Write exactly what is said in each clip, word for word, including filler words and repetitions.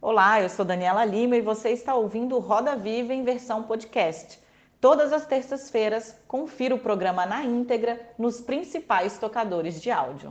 Olá, eu sou Daniela Lima e você está ouvindo o Roda Viva em versão podcast. Todas as terças-feiras, confira o programa na íntegra nos principais tocadores de áudio.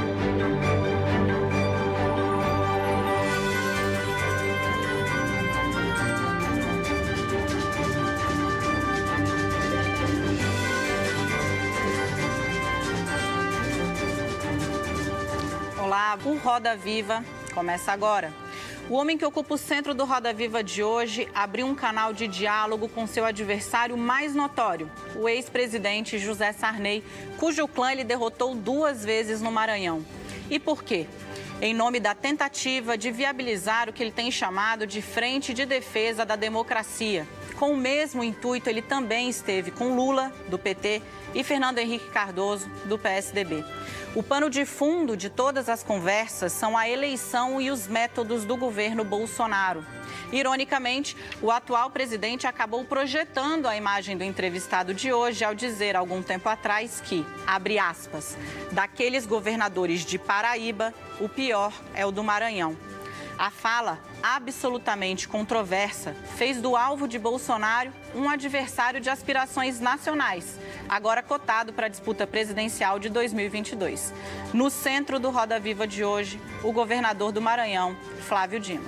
Olá, o Roda Viva começa agora. O homem que ocupa o centro do Roda Viva de hoje abriu um canal de diálogo com seu adversário mais notório, o ex-presidente José Sarney, cujo clã ele derrotou duas vezes no Maranhão. E por quê? Em nome da tentativa de viabilizar o que ele tem chamado de Frente de Defesa da Democracia. Com o mesmo intuito, ele também esteve com Lula, do P T, e Fernando Henrique Cardoso, do P S D B. O pano de fundo de todas as conversas são a eleição e os métodos do governo Bolsonaro. Ironicamente, o atual presidente acabou projetando a imagem do entrevistado de hoje ao dizer, algum tempo atrás, que, abre aspas, daqueles governadores de Paraíba, o pior é o do Maranhão. A fala, absolutamente controversa, fez do alvo de Bolsonaro um adversário de aspirações nacionais, agora cotado para a disputa presidencial de dois mil e vinte e dois. No centro do Roda Viva de hoje, o governador do Maranhão, Flávio Dino.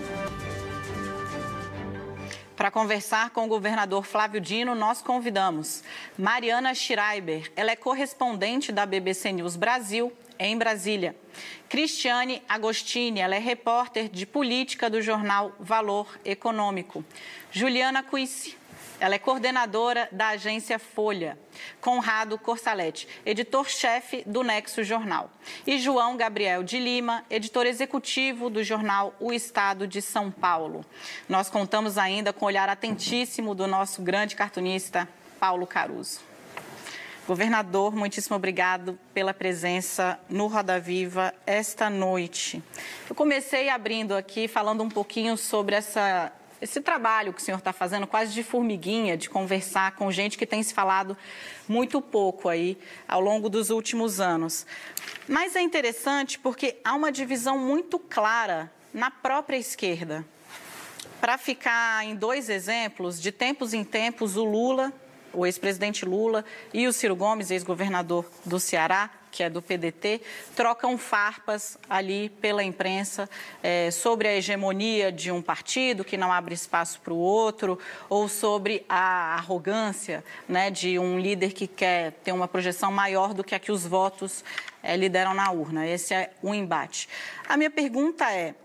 Para conversar com o governador Flávio Dino, nós convidamos Mariana Schreiber. Ela é correspondente da B B C News Brasil, em Brasília. Cristiane Agostini, ela é repórter de política do jornal Valor Econômico. Juliana Cuissi, ela é coordenadora da agência Folha. Conrado Corsalete, editor-chefe do Nexo Jornal. E João Gabriel de Lima, editor executivo do jornal O Estado de São Paulo. Nós contamos ainda com o olhar atentíssimo do nosso grande cartunista, Paulo Caruso. Governador, muitíssimo obrigado pela presença no Roda Viva esta noite. Eu comecei abrindo aqui, falando um pouquinho sobre essa, esse trabalho que o senhor está fazendo, quase de formiguinha, de conversar com gente que tem se falado muito pouco aí ao longo dos últimos anos. Mas é interessante porque há uma divisão muito clara na própria esquerda. Para ficar em dois exemplos, de tempos em tempos, o Lula, o ex-presidente Lula e o Ciro Gomes, ex-governador do Ceará, que é do P D T, trocam farpas ali pela imprensa é, sobre a hegemonia de um partido que não abre espaço para o outro, ou sobre a arrogância, né, de um líder que quer ter uma projeção maior do que a que os votos é, lideram na urna. Esse é um embate. A minha pergunta é,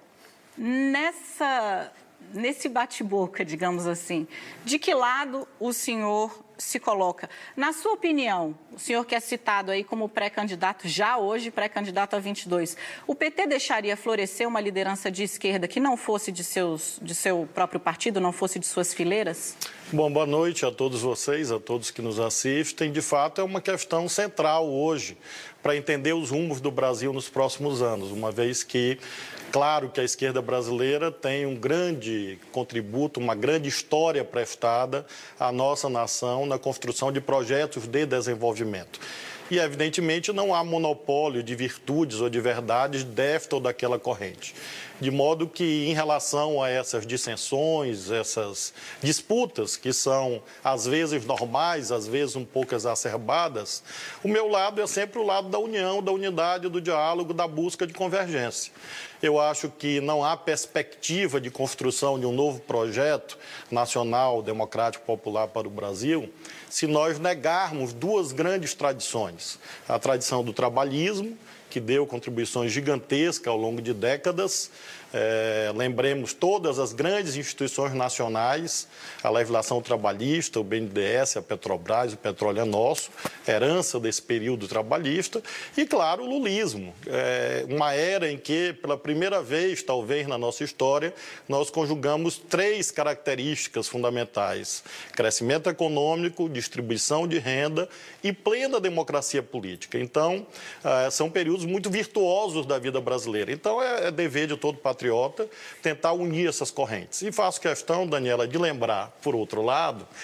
nessa, nesse bate-boca, digamos assim, de que lado o senhor se coloca? Na sua opinião, o senhor que é citado aí como pré-candidato, já hoje pré-candidato a vinte e dois, o P T deixaria florescer uma liderança de esquerda que não fosse de, seus, de seu próprio partido, não fosse de suas fileiras? Bom, boa noite a todos vocês, a todos que nos assistem. De fato, é uma questão central hoje para entender os rumos do Brasil nos próximos anos, uma vez que, claro que a esquerda brasileira tem um grande contributo, uma grande história prestada à nossa nação na construção de projetos de desenvolvimento. E, evidentemente, não há monopólio de virtudes ou de verdades desta ou daquela corrente. De modo que, em relação a essas dissensões, essas disputas, que são, às vezes, normais, às vezes um pouco exacerbadas, o meu lado é sempre o lado da união, da unidade, do diálogo, da busca de convergência. Eu acho que não há perspectiva de construção de um novo projeto nacional, democrático, popular para o Brasil, se nós negarmos duas grandes tradições. A tradição do trabalhismo, que deu contribuições gigantescas ao longo de décadas. É, lembremos todas as grandes instituições nacionais, a legislação trabalhista, o B N D E S, a Petrobras, o petróleo é nosso, herança desse período trabalhista, e, claro, o lulismo, é, uma era em que, pela primeira vez, talvez, na nossa história, nós conjugamos três características fundamentais: crescimento econômico, distribuição de renda e plena democracia política. Então, é, são períodos muito virtuosos da vida brasileira. Então, é, é dever de todo patriota tentar unir essas correntes. E faço questão, Daniela, de lembrar, por outro lado,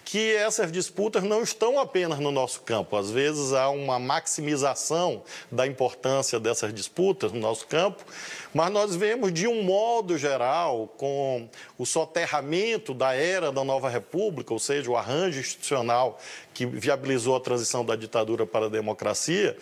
que essas disputas não estão apenas no nosso campo. Às vezes há uma maximização da importância dessas disputas no nosso campo, mas nós vemos, de um modo geral, com o soterramento da era da nova república, ou seja, o arranjo institucional que viabilizou a transição da ditadura para a democracia,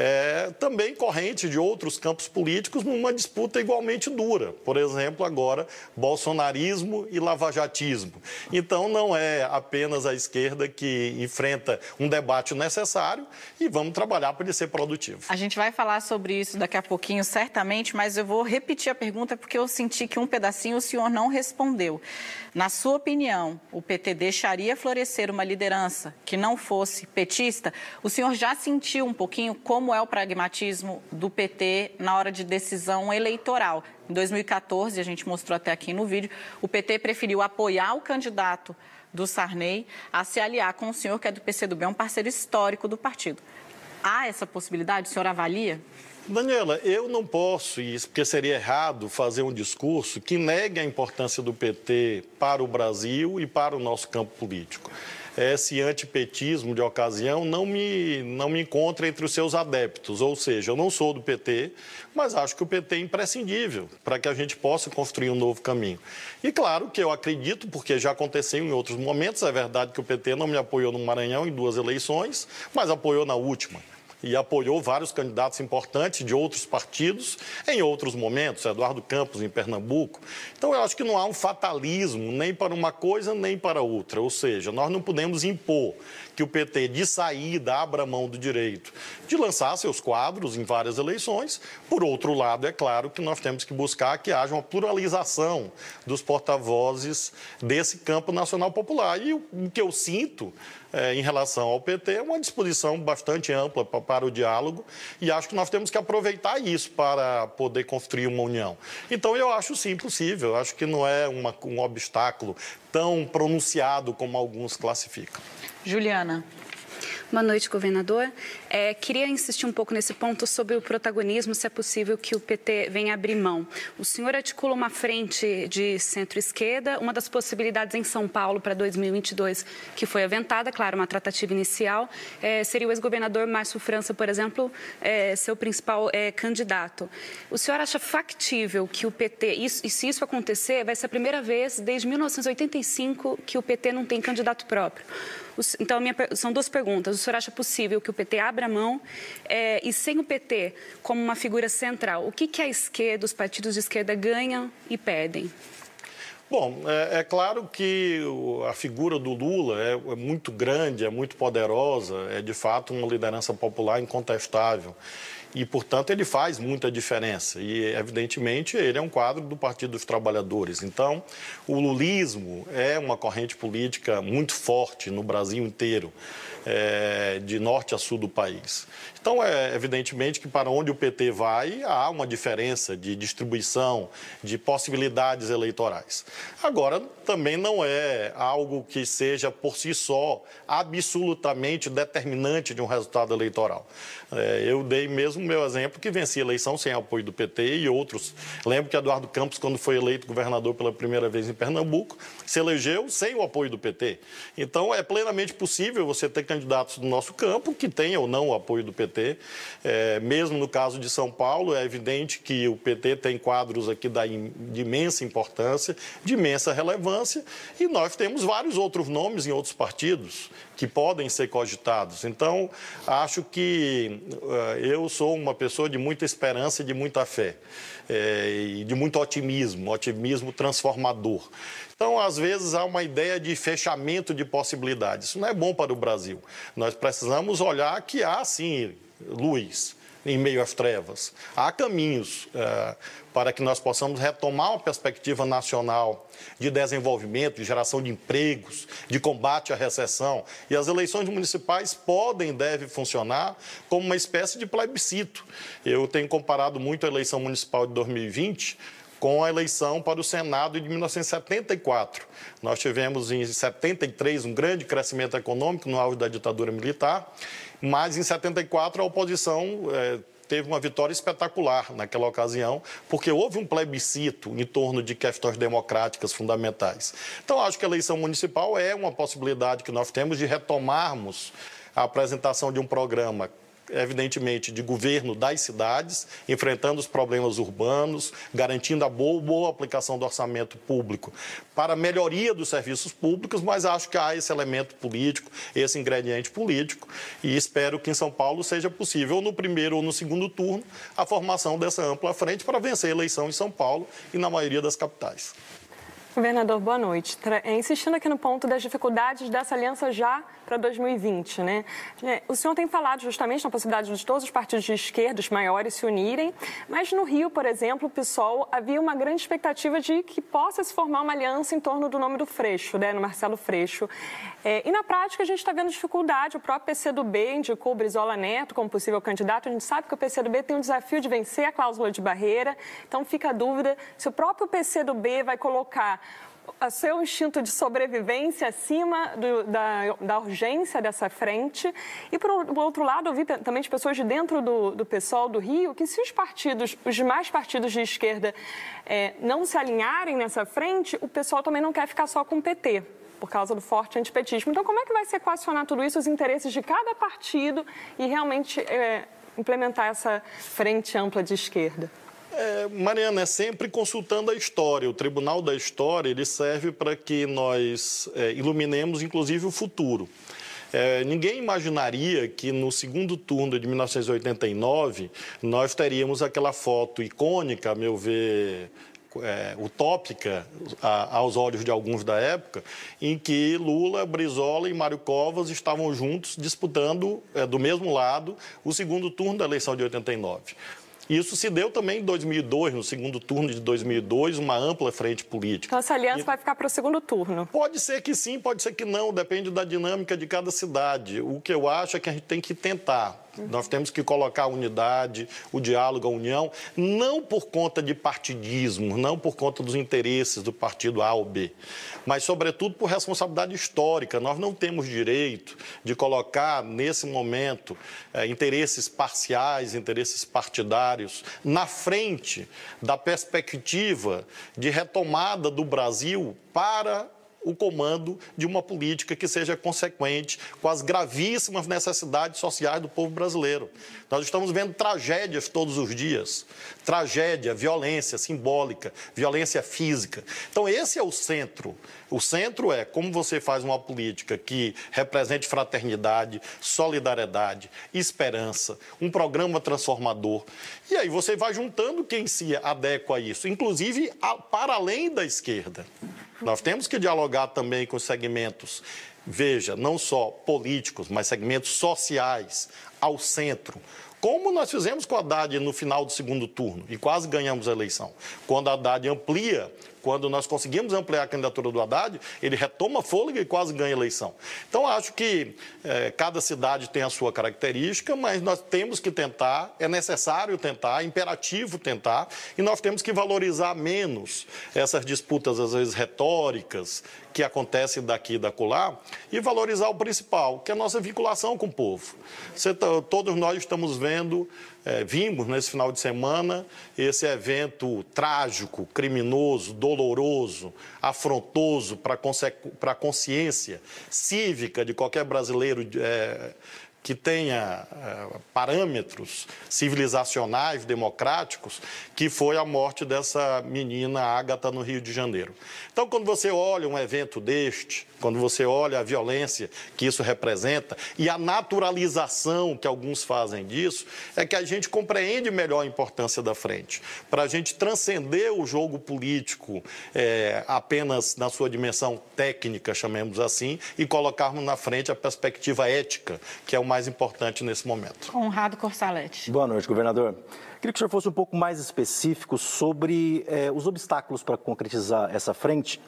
é, também corrente de outros campos políticos numa disputa igualmente dura. Por exemplo, agora, bolsonarismo e lavajatismo. Então, não é apenas a esquerda que enfrenta um debate necessário e vamos trabalhar para ele ser produtivo. A gente vai falar sobre isso daqui a pouquinho, certamente, mas eu vou repetir a pergunta porque eu senti que um pedacinho o senhor não respondeu. Na sua opinião, o P T deixaria florescer uma liderança que não fosse petista? O senhor já sentiu um pouquinho como é o pragmatismo do P T na hora de decisão eleitoral? Em dois mil e quatorze, a gente mostrou até aqui no vídeo, o P T preferiu apoiar o candidato do Sarney a se aliar com o senhor, que é do P C do B, um parceiro histórico do partido. Há essa possibilidade? O senhor avalia? Daniela, eu não posso, porque seria errado, fazer um discurso que negue a importância do P T para o Brasil e para o nosso campo político. Esse antipetismo de ocasião não me, não me encontra entre os seus adeptos, ou seja, eu não sou do P T, mas acho que o P T é imprescindível para que a gente possa construir um novo caminho. E claro que eu acredito, porque já aconteceu em outros momentos, é verdade que o P T não me apoiou no Maranhão em duas eleições, mas apoiou na última. E apoiou vários candidatos importantes de outros partidos em outros momentos, Eduardo Campos em Pernambuco. Então, eu acho que não há um fatalismo nem para uma coisa nem para outra. Ou seja, nós não podemos impor que o P T, de saída, abra mão do direito de lançar seus quadros em várias eleições. Por outro lado, é claro que nós temos que buscar que haja uma pluralização dos porta-vozes desse campo nacional popular. E o que eu sinto É, em relação ao P T, é uma disposição bastante ampla para, para o diálogo e acho que nós temos que aproveitar isso para poder construir uma união. Então, eu acho sim possível, acho que não é uma, um obstáculo tão pronunciado como alguns classificam. Juliana. Boa noite, governador. É, queria insistir um pouco nesse ponto sobre o protagonismo, se é possível que o P T venha abrir mão. O senhor articula uma frente de centro-esquerda, uma das possibilidades em São Paulo para dois mil e vinte e dois, que foi aventada, claro, uma tratativa inicial, é, seria o ex-governador Márcio França, por exemplo, é, seu principal é, candidato. O senhor acha factível que o P T, isso, e se isso acontecer, vai ser a primeira vez desde mil novecentos e oitenta e cinco que o P T não tem candidato próprio? Então, minha, são duas perguntas. O senhor acha possível que o P T abra mão é, e, sem o P T como uma figura central, o que, que a esquerda, os partidos de esquerda ganham e perdem? Bom, é, é claro que a figura do Lula é, é muito grande, é muito poderosa, é de fato uma liderança popular incontestável. E, portanto, ele faz muita diferença. E, evidentemente, ele é um quadro do Partido dos Trabalhadores. Então, o lulismo é uma corrente política muito forte no Brasil inteiro, é, de norte a sul do país. Então, é evidentemente que para onde o P T vai, há uma diferença de distribuição, de possibilidades eleitorais. Agora, também não é algo que seja, por si só, absolutamente determinante de um resultado eleitoral. É, eu dei mesmo o meu exemplo que venci a eleição sem apoio do P T e outros. Lembro que Eduardo Campos, quando foi eleito governador pela primeira vez em Pernambuco, se elegeu sem o apoio do P T. Então, é plenamente possível você ter candidatos do nosso campo que tenham ou não o apoio do P T. É, mesmo no caso de São Paulo, é evidente que o P T tem quadros aqui da, de imensa importância, de imensa relevância, e nós temos vários outros nomes em outros partidos que podem ser cogitados. Então, acho que uh, eu sou uma pessoa de muita esperança e de muita fé, é, e de muito otimismo, otimismo transformador. Então, às vezes, há uma ideia de fechamento de possibilidades. Isso não é bom para o Brasil. Nós precisamos olhar que há, sim, luz em meio às trevas. Há caminhos uh, para que nós possamos retomar uma perspectiva nacional de desenvolvimento, de geração de empregos, de combate à recessão. E as eleições municipais podem e devem funcionar como uma espécie de plebiscito. Eu tenho comparado muito a eleição municipal de dois mil e vinte com a eleição para o Senado de mil novecentos e setenta e quatro. Nós tivemos em setenta e três um grande crescimento econômico no auge da ditadura militar, mas em setenta e quatro a oposição eh, teve uma vitória espetacular naquela ocasião, porque houve um plebiscito em torno de questões democráticas fundamentais. Então, acho que a eleição municipal é uma possibilidade que nós temos de retomarmos a apresentação de um programa, evidentemente, de governo das cidades, enfrentando os problemas urbanos, garantindo a boa, boa aplicação do orçamento público para a melhoria dos serviços públicos, mas acho que há esse elemento político, esse ingrediente político, e espero que em São Paulo seja possível, ou no primeiro ou no segundo turno, a formação dessa ampla frente para vencer a eleição em São Paulo e na maioria das capitais. Governador, boa noite. Tra- Insistindo aqui no ponto das dificuldades dessa aliança já para dois mil e vinte, né? O senhor tem falado justamente na possibilidade de todos os partidos de esquerda, os maiores, se unirem, mas no Rio, por exemplo, o PSOL havia uma grande expectativa de que possa se formar uma aliança em torno do nome do Freixo, né, no Marcelo Freixo. É, e na prática a gente está vendo dificuldade, o próprio P C do B indicou o Brizola Neto como possível candidato, a gente sabe que o P C do B tem um desafio de vencer a cláusula de barreira, então fica a dúvida se o próprio P C do B vai colocar o seu instinto de sobrevivência acima do, da, da urgência dessa frente. E, por, por outro lado, eu vi também de pessoas de dentro do, do PSOL do Rio que se os partidos, os demais partidos de esquerda é, não se alinharem nessa frente, o PSOL também não quer ficar só com o P T, por causa do forte antipetismo. Então, como é que vai se equacionar tudo isso, os interesses de cada partido e realmente é, implementar essa frente ampla de esquerda? É, Mariana, é sempre consultando a história. O Tribunal da História ele serve para que nós é, iluminemos, inclusive, o futuro. É, ninguém imaginaria que no segundo turno de mil novecentos e oitenta e nove nós teríamos aquela foto icônica, a meu ver, é, utópica a, aos olhos de alguns da época, em que Lula, Brizola e Mário Covas estavam juntos disputando, é, do mesmo lado, o segundo turno da eleição de oitenta e nove. Isso se deu também em dois mil e dois, no segundo turno de dois mil e dois, uma ampla frente política. Então, essa aliança e... vai ficar para o segundo turno? Pode ser que sim, pode ser que não, depende da dinâmica de cada cidade. O que eu acho é que a gente tem que tentar. Nós temos que colocar a unidade, o diálogo, a união, não por conta de partidismo, não por conta dos interesses do partido A ou B, mas, sobretudo, por responsabilidade histórica. Nós não temos direito de colocar, nesse momento, eh, interesses parciais, interesses partidários, na frente da perspectiva de retomada do Brasil para o comando de uma política que seja consequente com as gravíssimas necessidades sociais do povo brasileiro. Nós estamos vendo tragédias todos os dias, tragédia, violência simbólica, violência física. Então, esse é o centro. O centro é como você faz uma política que represente fraternidade, solidariedade, esperança, um programa transformador. E aí você vai juntando quem se adequa a isso, inclusive a, para além da esquerda. Nós temos que dialogar também com os segmentos, veja, não só políticos, mas segmentos sociais, ao centro. Como nós fizemos com a Haddad no final do segundo turno, e quase ganhamos a eleição. Quando a Haddad amplia, quando nós conseguimos ampliar a candidatura do Haddad, ele retoma fôlego e quase ganha a eleição. Então, acho que eh, cada cidade tem a sua característica, mas nós temos que tentar, é necessário tentar, é imperativo tentar, e nós temos que valorizar menos essas disputas, às vezes, retóricas, que acontecem daqui e da acolá, e valorizar o principal, que é a nossa vinculação com o povo. Você, todos nós estamos vendo, é, vimos nesse final de semana esse evento trágico, criminoso, doloroso, afrontoso para a consciência cívica de qualquer brasileiro é, que tenha é, parâmetros civilizacionais, democráticos, que foi a morte dessa menina Ágata no Rio de Janeiro. Então, quando você olha um evento deste, quando você olha a violência que isso representa e a naturalização que alguns fazem disso, é que a gente compreende melhor a importância da frente. Para a gente transcender o jogo político é, apenas na sua dimensão técnica, chamemos assim, e colocarmos na frente a perspectiva ética, que é o mais importante nesse momento. Conrado Corsalete. Boa noite, governador. Queria que o senhor fosse um pouco mais específico sobre eh, os obstáculos para concretizar essa frente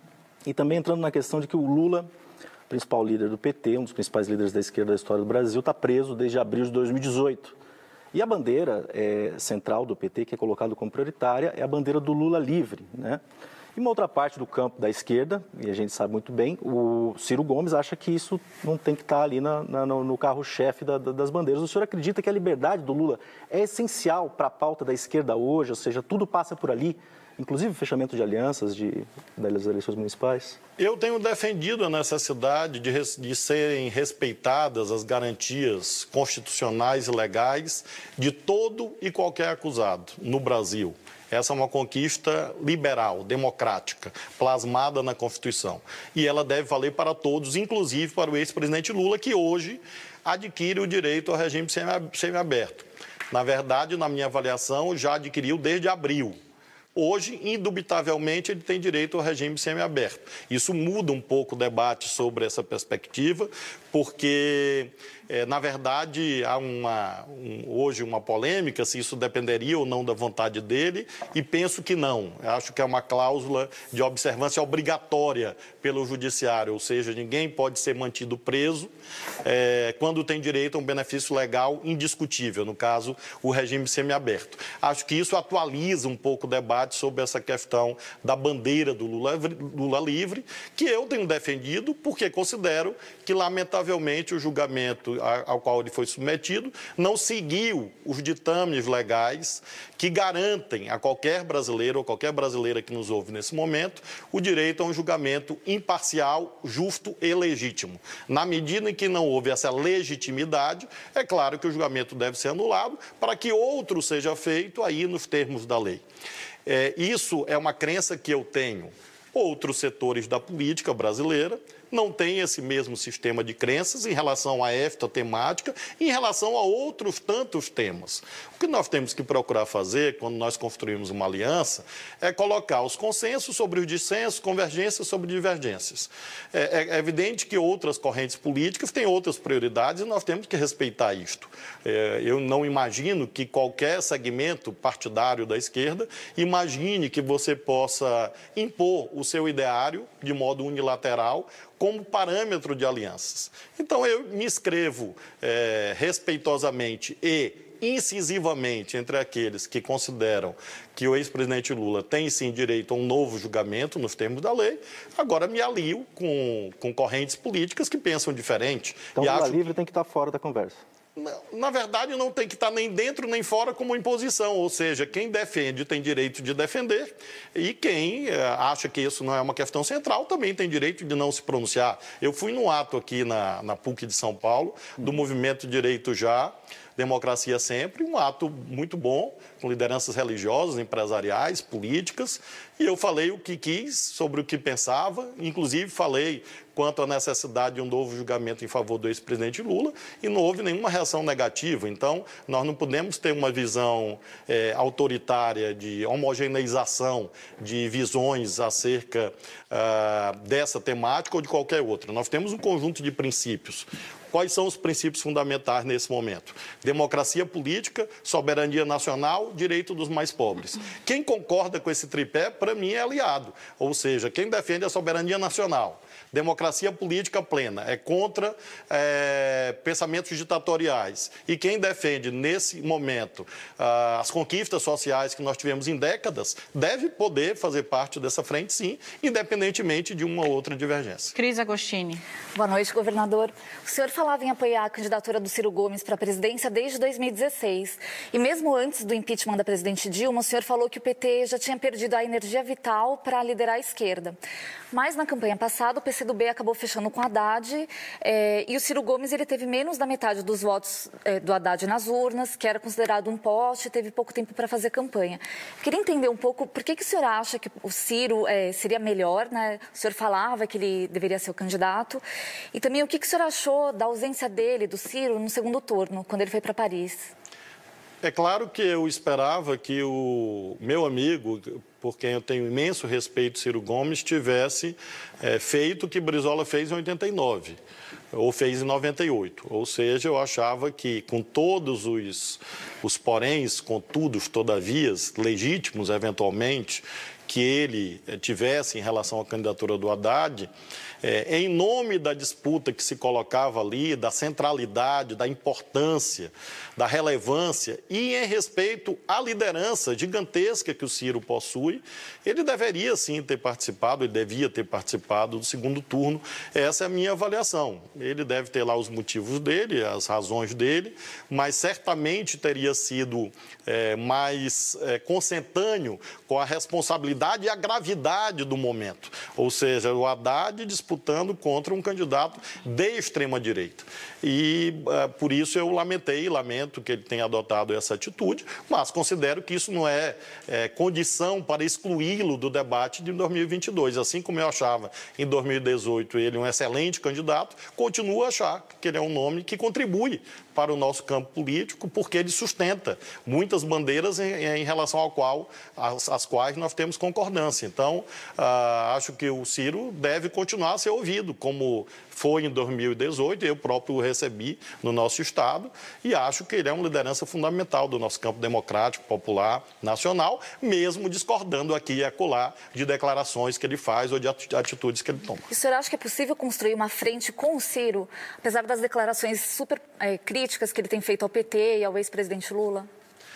e também entrando na questão de que o Lula, principal líder do P T, um dos principais líderes da esquerda da história do Brasil, está preso desde abril de dois mil e dezoito. E a bandeira eh, central do P T, que é colocada como prioritária, é a bandeira do Lula livre, né? E uma outra parte do campo da esquerda, e a gente sabe muito bem, o Ciro Gomes acha que isso não tem que estar ali na, na, no carro-chefe da, da, das bandeiras. O senhor acredita que a liberdade do Lula é essencial para a pauta da esquerda hoje, ou seja, tudo passa por ali, inclusive o fechamento de alianças de, das eleições municipais? Eu tenho defendido a necessidade de, de serem respeitadas as garantias constitucionais e legais de todo e qualquer acusado no Brasil. Essa é uma conquista liberal, democrática, plasmada na Constituição. E ela deve valer para todos, inclusive para o ex-presidente Lula, que hoje adquire o direito ao regime semiaberto. Na verdade, na minha avaliação, já adquiriu desde abril. Hoje, indubitavelmente, ele tem direito ao regime semiaberto. Isso muda um pouco o debate sobre essa perspectiva, porque, é, na verdade, há uma, um, hoje uma polêmica se isso dependeria ou não da vontade dele, e penso que não. Eu acho que é uma cláusula de observância obrigatória pelo judiciário, ou seja, ninguém pode ser mantido preso é, quando tem direito a um benefício legal indiscutível, no caso, o regime semiaberto. Acho que isso atualiza um pouco o debate sobre essa questão da bandeira do Lula, Lula livre, que eu tenho defendido porque considero que, lamentavelmente, o julgamento ao qual ele foi submetido não seguiu os ditames legais que garantem a qualquer brasileiro ou qualquer brasileira que nos ouve nesse momento o direito a um julgamento imparcial, justo e legítimo. Na medida em que não houve essa legitimidade, é claro que o julgamento deve ser anulado para que outro seja feito aí nos termos da lei. É, isso é uma crença que eu tenho. Outros setores da política brasileira não têm esse mesmo sistema de crenças em relação a esta temática e em relação a outros tantos temas. O que nós temos que procurar fazer, quando nós construímos uma aliança, é colocar os consensos sobre os dissensos, convergências sobre divergências. É, é evidente que outras correntes políticas têm outras prioridades e nós temos que respeitar isto. É, eu não imagino que qualquer segmento partidário da esquerda imagine que você possa impor o seu ideário de modo unilateral como parâmetro de alianças. Então, eu me inscrevo é, respeitosamente e incisivamente entre aqueles que consideram que o ex-presidente Lula tem, sim, direito a um novo julgamento nos termos da lei. Agora, me alio com, com correntes políticas que pensam diferente. Então, o Lula acho... livre tem que estar fora da conversa. Na verdade, não tem que estar nem dentro nem fora como imposição, ou seja, quem defende tem direito de defender e quem acha que isso não é uma questão central também tem direito de não se pronunciar. Eu fui num ato aqui na, na P U C de São Paulo, do movimento Direito Já, Democracia Sempre, um ato muito bom, com lideranças religiosas, empresariais, políticas, e eu falei o que quis, sobre o que pensava, inclusive falei quanto à necessidade de um novo julgamento em favor do ex-presidente Lula, e não houve nenhuma reação negativa. Então, nós não podemos ter uma visão é, autoritária de homogeneização de visões acerca ah, dessa temática ou de qualquer outra. Nós temos um conjunto de princípios. Quais são os princípios fundamentais nesse momento? Democracia política, soberania nacional, direito dos mais pobres. Quem concorda com esse tripé, para mim, é aliado. Ou seja, quem defende a soberania nacional, democracia política plena, é contra é, pensamentos ditatoriais. E quem defende, nesse momento, ah, as conquistas sociais que nós tivemos em décadas, deve poder fazer parte dessa frente, sim, independentemente de uma ou outra divergência. Cris Agostini. Boa noite, governador. O senhor falava em apoiar a candidatura do Ciro Gomes para a presidência desde dois mil e dezesseis. E mesmo antes do impeachment da presidente Dilma, o senhor falou que o P T já tinha perdido a energia vital para liderar a esquerda. Mas na campanha passada, o P C do B acabou fechando com o Haddad eh, e o Ciro Gomes ele teve menos da metade dos votos eh, do Haddad nas urnas, que era considerado um poste, teve pouco tempo para fazer campanha. Queria entender um pouco por que, que o senhor acha que o Ciro eh, seria melhor, né? O senhor falava que ele deveria ser o candidato. E também o que, que o senhor achou da ausência dele, do Ciro, no segundo turno, quando ele foi para Paris? É claro que eu esperava que o meu amigo, por quem eu tenho imenso respeito, Ciro Gomes, tivesse é, feito o que Brizola fez em oitenta e nove, ou fez em noventa e oito. Ou seja, eu achava que, com todos os, os poréns, contudos, todavias, legítimos, eventualmente, que ele tivesse em relação à candidatura do Haddad, é, em nome da disputa que se colocava ali, da centralidade, da importância, da relevância e em respeito à liderança gigantesca que o Ciro possui, ele deveria sim ter participado, ele devia ter participado do segundo turno. Essa é a minha avaliação. Ele deve ter lá os motivos dele, as razões dele, mas certamente teria sido é, mais é, consentâneo com a responsabilidade e a gravidade do momento. Ou seja, o Haddad disputando contra um candidato de extrema-direita. E uh, por isso eu lamentei, lamento que ele tenha adotado essa atitude, mas considero que isso não é, é condição para excluí-lo do debate de dois mil e vinte e dois. Assim como eu achava em dois mil e dezoito ele um excelente candidato, continuo a achar que ele é um nome que contribui para o nosso campo político, porque ele sustenta muitas bandeiras em, em relação ao qual, as, as quais nós temos concordância. Então, uh, acho que o Ciro deve continuar a ser ouvido, como foi em dois mil e dezoito, eu próprio o recebi no nosso Estado, e acho que ele é uma liderança fundamental do nosso campo democrático, popular, nacional, mesmo discordando aqui e acolá de declarações que ele faz ou de atitudes que ele toma. E o senhor acha que é possível construir uma frente com o Ciro, apesar das declarações super é, críticas que ele tem feito ao P T e ao ex-presidente Lula?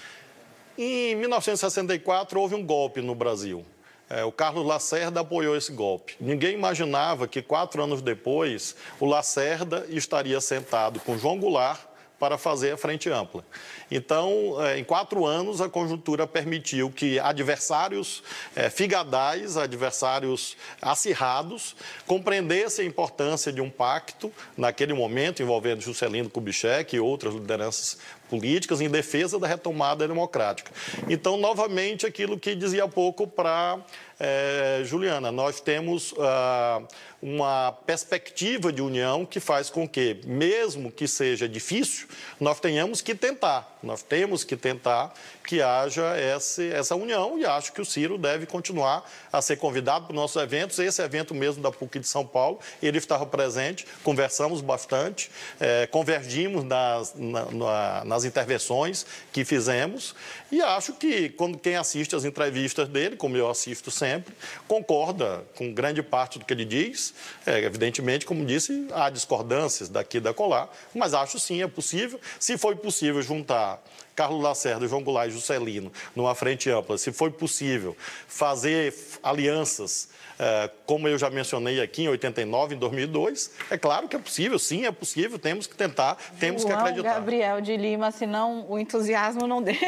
Em mil novecentos e sessenta e quatro, houve um golpe no Brasil. É, o Carlos Lacerda apoiou esse golpe. Ninguém imaginava que, quatro anos depois, o Lacerda estaria sentado com João Goulart para fazer a frente ampla. Então, em quatro anos, a conjuntura permitiu que adversários é, figadais, adversários acirrados, compreendessem a importância de um pacto, naquele momento, envolvendo Juscelino Kubitschek e outras lideranças políticas, em defesa da retomada democrática. Então, novamente, aquilo que dizia há pouco para é, Juliana, nós temos ah, uma perspectiva de união que faz com que, mesmo que seja difícil, nós tenhamos que tentar, nós temos que tentar que haja esse, essa união, e acho que o Ciro deve continuar a ser convidado para os nossos eventos. Esse evento mesmo da P U C de São Paulo, ele estava presente, conversamos bastante, é, convergimos nas, na, na, nas intervenções que fizemos, e acho que quando quem assiste as entrevistas dele, como eu assisto sempre, concorda com grande parte do que ele diz. É, evidentemente, como disse, há discordâncias daqui e da colar, mas acho sim, é possível. Se foi possível juntar Carlos Lacerda, João Goulart e Juscelino numa frente ampla, se foi possível fazer alianças, eh, como eu já mencionei aqui em oitenta e nove, em dois mil e dois, é claro que é possível, sim, é possível, temos que tentar, temos João que acreditar. Gabriel de Lima, senão o entusiasmo não deixa.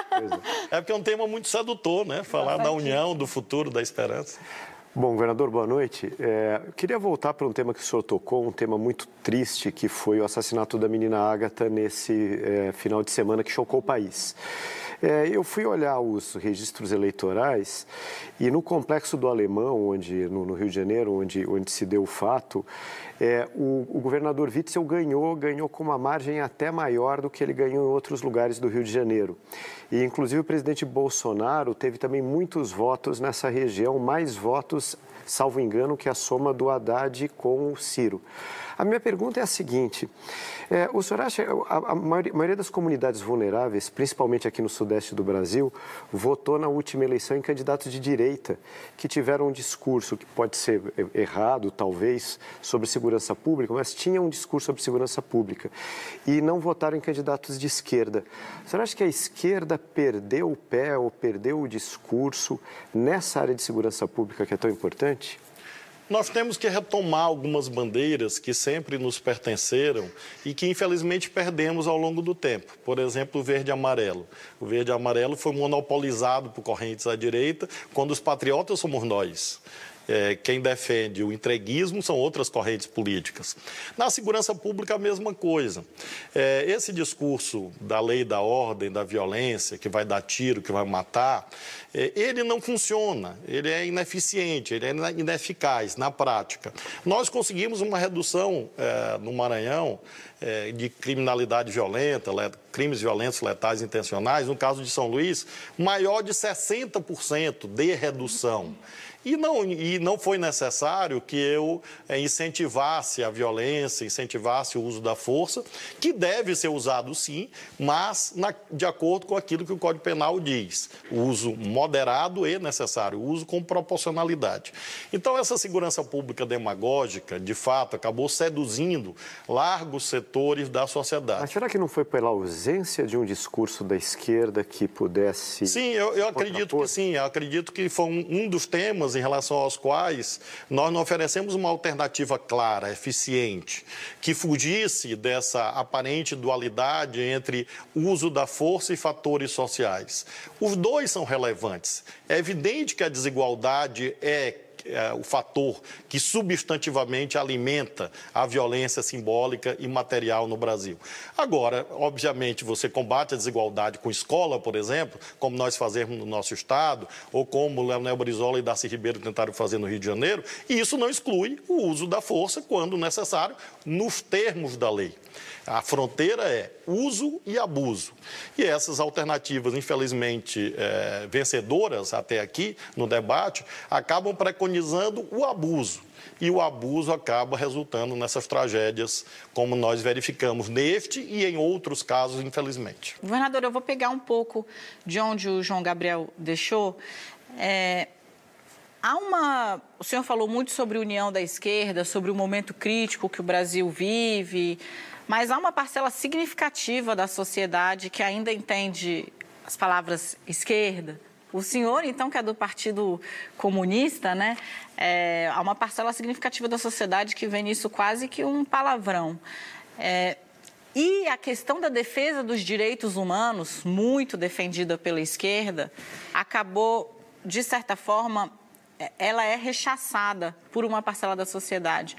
É porque é um tema muito sedutor, né? Falar da união, do futuro, da esperança. Bom, governador, boa noite. É, eu queria voltar para um tema que o senhor tocou, um tema muito triste, que foi o assassinato da menina Ágata nesse é, final de semana que chocou o país. É, eu fui olhar os registros eleitorais e no Complexo do Alemão, onde, no, no Rio de Janeiro, onde, onde se deu o fato, é, o, o governador Witzel ganhou, ganhou com uma margem até maior do que ele ganhou em outros lugares do Rio de Janeiro. E, inclusive, o presidente Bolsonaro teve também muitos votos nessa região, mais votos, salvo engano, que a soma do Haddad com o Ciro. A minha pergunta é a seguinte, é, o senhor acha, a, a maioria das comunidades vulneráveis, principalmente aqui no sudeste do Brasil, votou na última eleição em candidatos de direita, que tiveram um discurso que pode ser errado, talvez, sobre segurança pública, mas tinham um discurso sobre segurança pública, e não votaram em candidatos de esquerda. O senhor acha que a esquerda perdeu o pé ou perdeu o discurso nessa área de segurança pública que é tão importante? Nós temos que retomar algumas bandeiras que sempre nos pertenceram e que, infelizmente, perdemos ao longo do tempo. Por exemplo, o verde e amarelo. O verde e amarelo foi monopolizado por correntes à direita, quando os patriotas somos nós. É, quem defende o entreguismo são outras correntes políticas. Na segurança pública, a mesma coisa. É, esse discurso da lei da ordem, da violência, que vai dar tiro, que vai matar, é, ele não funciona, ele é ineficiente, ele é ineficaz na prática. Nós conseguimos uma redução é, no Maranhão é, de criminalidade violenta, crimes violentos, letais, intencionais, no caso de São Luís, maior de sessenta por cento de redução. E não, e não foi necessário que eu é, incentivasse a violência, incentivasse o uso da força, que deve ser usado sim, mas na, de acordo com aquilo que o Código Penal diz. O uso moderado e necessário, o uso com proporcionalidade. Então, essa segurança pública demagógica, de fato, acabou seduzindo largos setores da sociedade. Mas será que não foi pela ausência de um discurso da esquerda que pudesse... Sim, eu, eu acredito que sim. Eu acredito que foi um, um dos temas em relação aos quais nós não oferecemos uma alternativa clara, eficiente, que fugisse dessa aparente dualidade entre uso da força e fatores sociais. Os dois são relevantes. É evidente que a desigualdade é É, o fator que substantivamente alimenta a violência simbólica e material no Brasil. Agora, obviamente, você combate a desigualdade com escola, por exemplo, como nós fazemos no nosso estado, ou como Leonel Brizola e Darcy Ribeiro tentaram fazer no Rio de Janeiro, e isso não exclui o uso da força quando necessário, nos termos da lei. A fronteira é uso e abuso. E essas alternativas, infelizmente, é, vencedoras até aqui no debate, acabam preconizando o abuso. E o abuso acaba resultando nessas tragédias, como nós verificamos neste e em outros casos, infelizmente. Governador, eu vou pegar um pouco de onde o João Gabriel deixou. É... Há uma... O senhor falou muito sobre a união da esquerda, sobre o momento crítico que o Brasil vive, mas há uma parcela significativa da sociedade que ainda entende as palavras esquerda. O senhor, então, que é do Partido Comunista, né? É, há uma parcela significativa da sociedade que vê nisso quase que um palavrão. É, e a questão da defesa dos direitos humanos, muito defendida pela esquerda, acabou, de certa forma, ela é rechaçada por uma parcela da sociedade.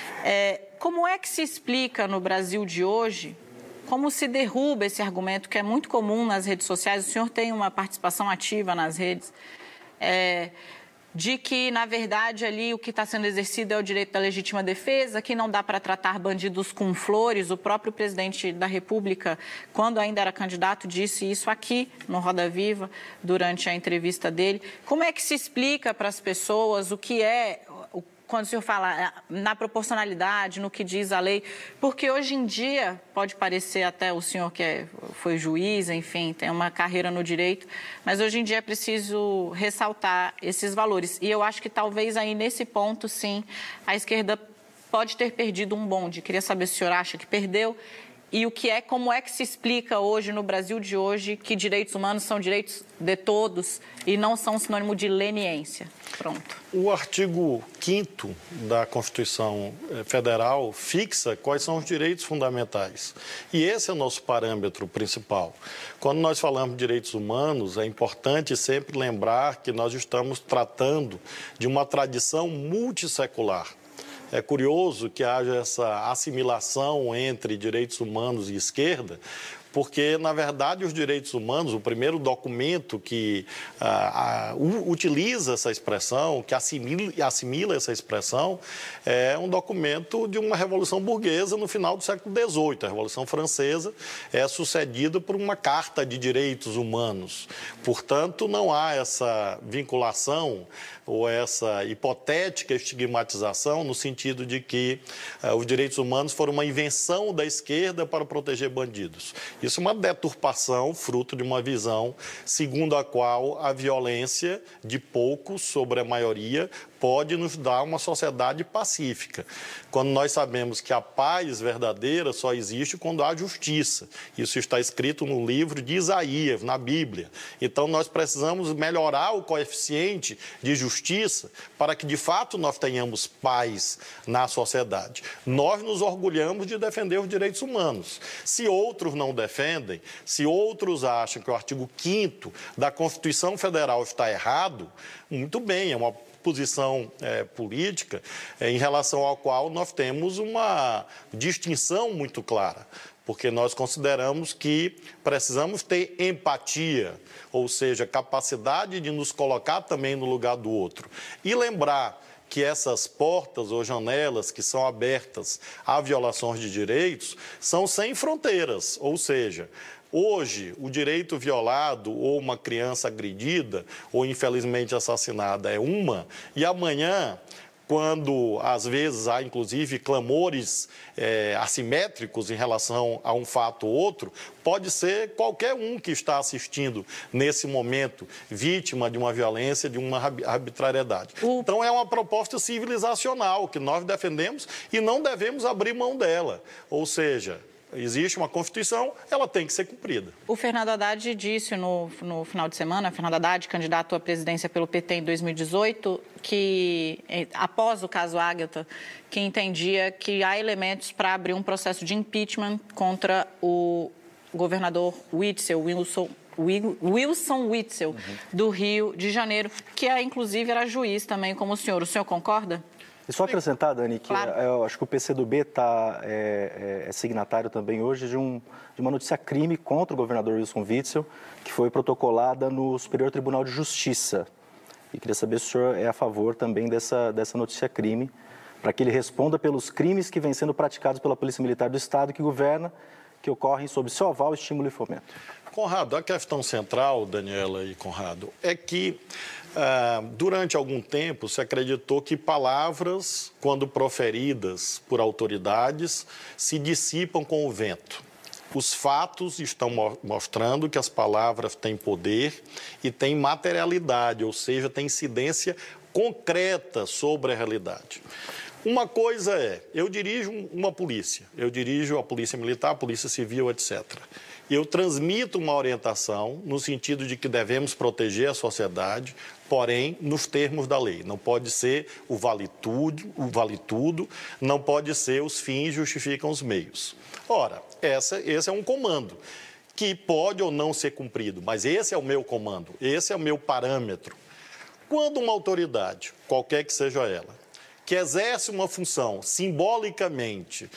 É, como é que se explica no Brasil de hoje, como se derruba esse argumento que é muito comum nas redes sociais? O senhor tem uma participação ativa nas redes, é, de que, na verdade, ali o que está sendo exercido é o direito da legítima defesa, que não dá para tratar bandidos com flores. O próprio presidente da República, quando ainda era candidato, disse isso aqui no Roda Viva, durante a entrevista dele. Como é que se explica para as pessoas o que é... Quando o senhor fala na proporcionalidade, no que diz a lei, porque hoje em dia, pode parecer até o senhor que é, foi juiz, enfim, tem uma carreira no direito, mas hoje em dia é preciso ressaltar esses valores. E eu acho que talvez aí nesse ponto, sim, a esquerda pode ter perdido um bonde. Queria saber se o senhor acha que perdeu e o que é, como é que se explica hoje, no Brasil de hoje, que direitos humanos são direitos de todos e não são sinônimo de leniência. Pronto. O artigo quinto da Constituição Federal fixa quais são os direitos fundamentais. E esse é o nosso parâmetro principal. Quando nós falamos de direitos humanos, é importante sempre lembrar que nós estamos tratando de uma tradição multissecular. É curioso que haja essa assimilação entre direitos humanos e esquerda, porque, na verdade, os direitos humanos, o primeiro documento que ah, ah, utiliza essa expressão, que assimila, assimila essa expressão, é um documento de uma revolução burguesa no final do século dezoito. A Revolução Francesa é sucedida por uma Carta de Direitos Humanos. Portanto, não há essa vinculação ou essa hipotética estigmatização no sentido de que uh, os direitos humanos foram uma invenção da esquerda para proteger bandidos. Isso é uma deturpação, fruto de uma visão segundo a qual a violência de poucos sobre a maioria pode nos dar uma sociedade pacífica. Quando nós sabemos que a paz verdadeira só existe quando há justiça. Isso está escrito no livro de Isaías, na Bíblia. Então, nós precisamos melhorar o coeficiente de justiça para que, de fato, nós tenhamos paz na sociedade. Nós nos orgulhamos de defender os direitos humanos. Se outros não defendem, se outros acham que o artigo quinto da Constituição Federal está errado, muito bem, é uma posição é, política é, em relação ao qual nós temos uma distinção muito clara, porque nós consideramos que precisamos ter empatia, ou seja, capacidade de nos colocar também no lugar do outro. E lembrar que essas portas ou janelas que são abertas a violações de direitos são sem fronteiras, ou seja, Hoje, o direito violado ou uma criança agredida ou infelizmente assassinada é uma, e amanhã, quando às vezes há inclusive clamores é, assimétricos em relação a um fato ou outro, pode ser qualquer um que está assistindo nesse momento vítima de uma violência, de uma arbitrariedade. Então é uma proposta civilizacional que nós defendemos e não devemos abrir mão dela. Ou seja, existe uma Constituição, ela tem que ser cumprida. O Fernando Haddad disse no, no final de semana, Fernando Haddad, candidato à presidência pelo P T em dois mil e dezoito, que, após o caso Ágata, que entendia que há elementos para abrir um processo de impeachment contra o governador Witzel, Wilson, Wilson Witzel, uhum. do Rio de Janeiro, que é, inclusive era juiz também, como o senhor. O senhor concorda? E só acrescentar, Dani, que claro. eu acho que o P C do B tá, é, é signatário também hoje de, um, de uma notícia-crime contra o governador Wilson Witzel, que foi protocolada no Superior Tribunal de Justiça. E queria saber se o senhor é a favor também dessa, dessa notícia-crime, para que ele responda pelos crimes que vêm sendo praticados pela Polícia Militar do Estado que governa, que ocorrem sob seu aval, estímulo e fomento. Conrado, a questão central, Daniela e Conrado, é que ah, durante algum tempo se acreditou que palavras, quando proferidas por autoridades, se dissipam com o vento. Os fatos estão mo- mostrando que as palavras têm poder e têm materialidade, ou seja, têm incidência concreta sobre a realidade. Uma coisa é, eu dirijo uma polícia, eu dirijo a polícia militar, a polícia civil, etcétera. Eu transmito uma orientação no sentido de que devemos proteger a sociedade, porém, nos termos da lei. Não pode ser o vale tudo, o vale tudo, não pode ser os fins justificam os meios. Ora, essa, esse é um comando que pode ou não ser cumprido, mas esse é o meu comando, esse é o meu parâmetro. Quando uma autoridade, qualquer que seja ela, que exerce uma função simbolicamente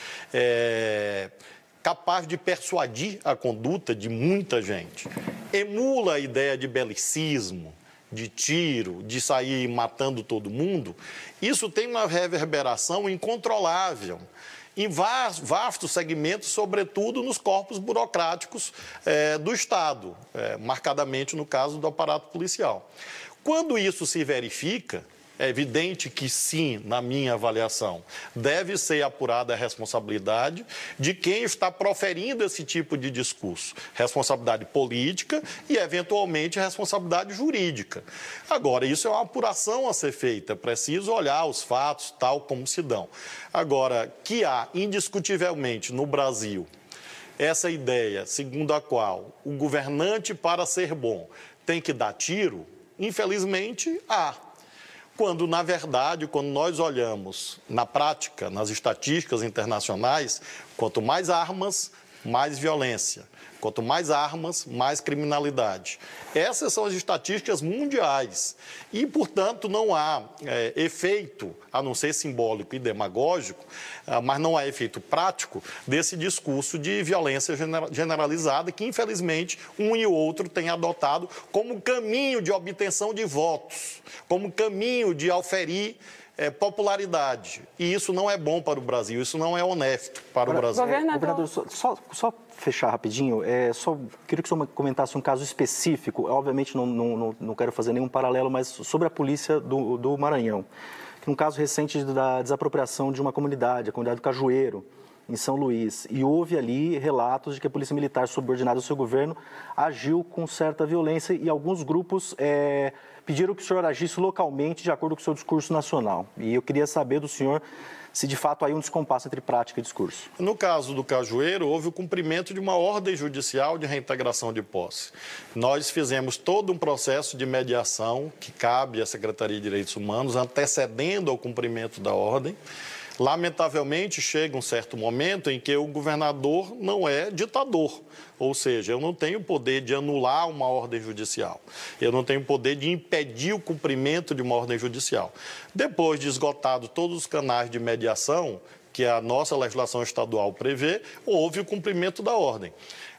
é, capaz de persuadir a conduta de muita gente, emula a ideia de belicismo, de tiro, de sair matando todo mundo, isso tem uma reverberação incontrolável em vastos segmentos, sobretudo nos corpos burocráticos é, do Estado, é, marcadamente no caso do aparato policial. Quando isso se verifica, é evidente que sim, na minha avaliação, deve ser apurada a responsabilidade de quem está proferindo esse tipo de discurso. Responsabilidade política e, eventualmente, responsabilidade jurídica. Agora, isso é uma apuração a ser feita, é preciso olhar os fatos tal como se dão. Agora, que há, indiscutivelmente, no Brasil, essa ideia segundo a qual o governante, para ser bom, tem que dar tiro, infelizmente, há. Quando, na verdade, quando nós olhamos na prática, nas estatísticas internacionais, quanto mais armas, mais violência. Quanto mais armas, mais criminalidade. Essas são as estatísticas mundiais. E, portanto, não há é, efeito, a não ser simbólico e demagógico, ah, mas não há efeito prático desse discurso de violência generalizada que, infelizmente, um e outro têm adotado como caminho de obtenção de votos, como caminho de auferir É, popularidade. E isso não é bom para o Brasil, isso não é honesto para o Brasil. Governador, Governador só, só, só fechar rapidinho, é, só queria que o senhor comentasse um caso específico, obviamente não, não, não quero fazer nenhum paralelo, mas sobre a polícia do, do Maranhão. Um caso recente da desapropriação de uma comunidade, a comunidade do Cajueiro, em São Luís, e houve ali relatos de que a polícia militar subordinada ao seu governo agiu com certa violência e alguns grupos é, pediram que o senhor agisse localmente de acordo com o seu discurso nacional. E eu queria saber do senhor se de fato há um descompasso entre prática e discurso. No caso do Cajueiro, houve o cumprimento de uma ordem judicial de reintegração de posse. Nós fizemos todo um processo de mediação que cabe à Secretaria de Direitos Humanos, antecedendo ao cumprimento da ordem. Lamentavelmente, chega um certo momento em que o governador não é ditador, ou seja, eu não tenho poder de anular uma ordem judicial, eu não tenho poder de impedir o cumprimento de uma ordem judicial. Depois de esgotado todos os canais de mediação, que a nossa legislação estadual prevê, houve o cumprimento da ordem.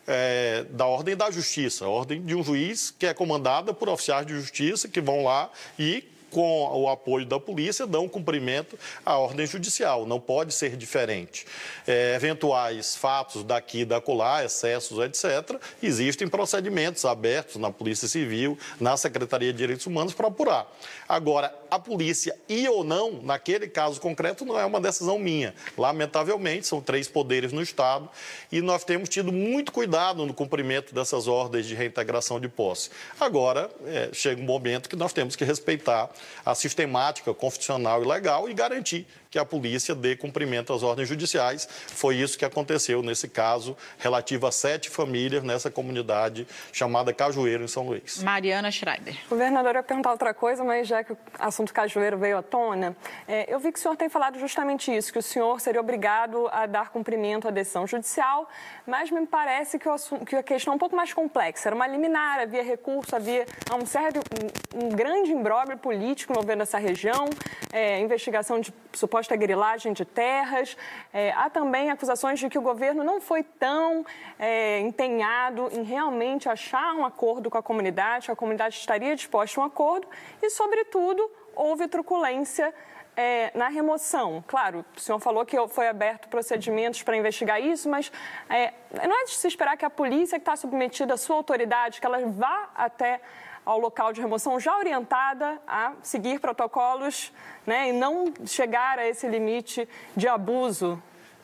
É, da ordem da justiça, a ordem de um juiz que é comandada por oficiais de justiça que vão lá e com o apoio da polícia, dão cumprimento à ordem judicial. Não pode ser diferente. É, eventuais fatos daqui e da acolá, excessos, etcétera, existem procedimentos abertos na Polícia Civil, na Secretaria de Direitos Humanos para apurar. Agora, a polícia ir ou não, naquele caso concreto, não é uma decisão minha. Lamentavelmente, são três poderes no Estado e nós temos tido muito cuidado no cumprimento dessas ordens de reintegração de posse. Agora, é, chega um momento que nós temos que respeitar a sistemática constitucional e legal e garantir que a polícia dê cumprimento às ordens judiciais. Foi isso que aconteceu nesse caso relativo a sete famílias nessa comunidade chamada Cajueiro, em São Luís. Mariana Schreiber. Governador, eu ia perguntar outra coisa, mas já que o assunto Cajueiro veio à tona, é, eu vi que o senhor tem falado justamente isso, que o senhor seria obrigado a dar cumprimento à decisão judicial, mas me parece que, o assunto, que a questão é um pouco mais complexa. Era uma liminar, havia recurso, havia um, sério, um, um grande imbróglio político envolvendo essa região, é, investigação de suposta grilagem de terras. É, há também acusações de que o governo não foi tão é, empenhado em realmente achar um acordo com a comunidade, que a comunidade estaria disposta a um acordo e, sobretudo, houve truculência é, na remoção. Claro, o senhor falou que foi aberto procedimentos para investigar isso, mas é, não é de se esperar que a polícia que está submetida à sua autoridade, que ela vá até ao local de remoção já orientada a seguir protocolos, né, e não chegar a esse limite de abuso?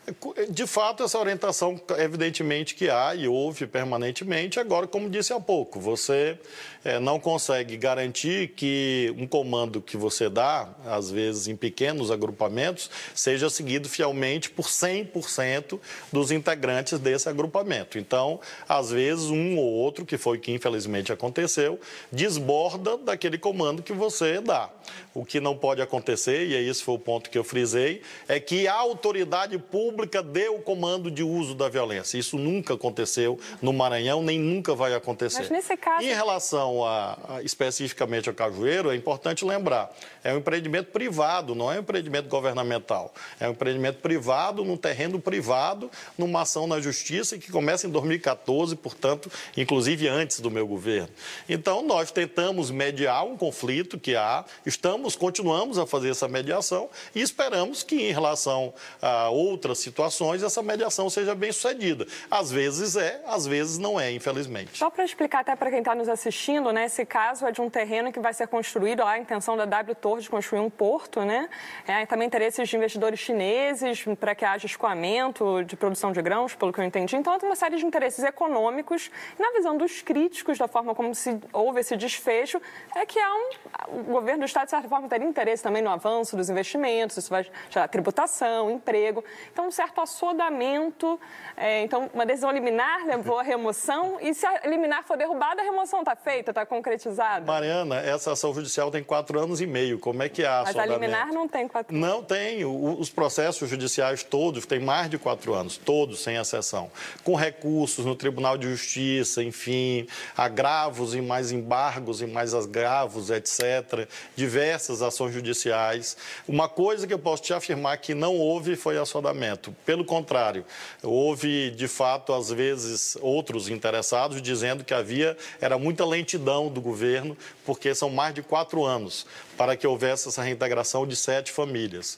De fato, essa orientação, evidentemente que há e houve permanentemente. Agora, como disse há pouco, você é, não consegue garantir que um comando que você dá, às vezes em pequenos agrupamentos, seja seguido fielmente por cem por cento dos integrantes desse agrupamento. Então, às vezes, um ou outro, que foi o que infelizmente aconteceu, desborda daquele comando que você dá. O que não pode acontecer, e esse foi o ponto que eu frisei, é que a autoridade pública deu o comando de uso da violência. Isso nunca aconteceu no Maranhão, nem nunca vai acontecer. Mas nesse caso... Em relação a, a, especificamente ao Cajueiro, é importante lembrar, é um empreendimento privado, não é um empreendimento governamental. É um empreendimento privado, num terreno privado, numa ação na Justiça que começa em dois mil e quatorze, portanto, inclusive antes do meu governo. Então, nós tentamos mediar um conflito que há, estamos, continuamos a fazer essa mediação e esperamos que, em relação a outras situações, essa mediação seja bem sucedida. Às vezes é, às vezes não é, infelizmente. Só para explicar até para quem está nos assistindo, né, esse caso é de um terreno que vai ser construído, a intenção da W Torre de construir um porto, né? É, também interesses de investidores chineses para que haja escoamento de produção de grãos, pelo que eu entendi. Então, tem uma série de interesses econômicos. Na visão dos críticos, da forma como se houve esse desfecho, é que há um, o governo do Estado, de certa forma, teria interesse também no avanço dos investimentos, isso vai gerar tributação, emprego. Então, um certo assodamento. É, então, uma decisão liminar levou à remoção e se a liminar for derrubada, a remoção está feita, está concretizada? Mariana, essa ação judicial tem quatro anos e meio. Como é que há Mas assodamento? a liminar não tem quatro anos. Não tem. O, os processos judiciais todos têm mais de quatro anos, todos, sem exceção. Com recursos no Tribunal de Justiça, enfim, agravos e mais embargos e mais agravos, etcétera. Diversas ações judiciais. Uma coisa que eu posso te afirmar que não houve foi assodamento. Pelo contrário, houve, de fato, às vezes, outros interessados dizendo que havia, era muita lentidão do governo, porque são mais de quatro anos para que houvesse essa reintegração de sete famílias.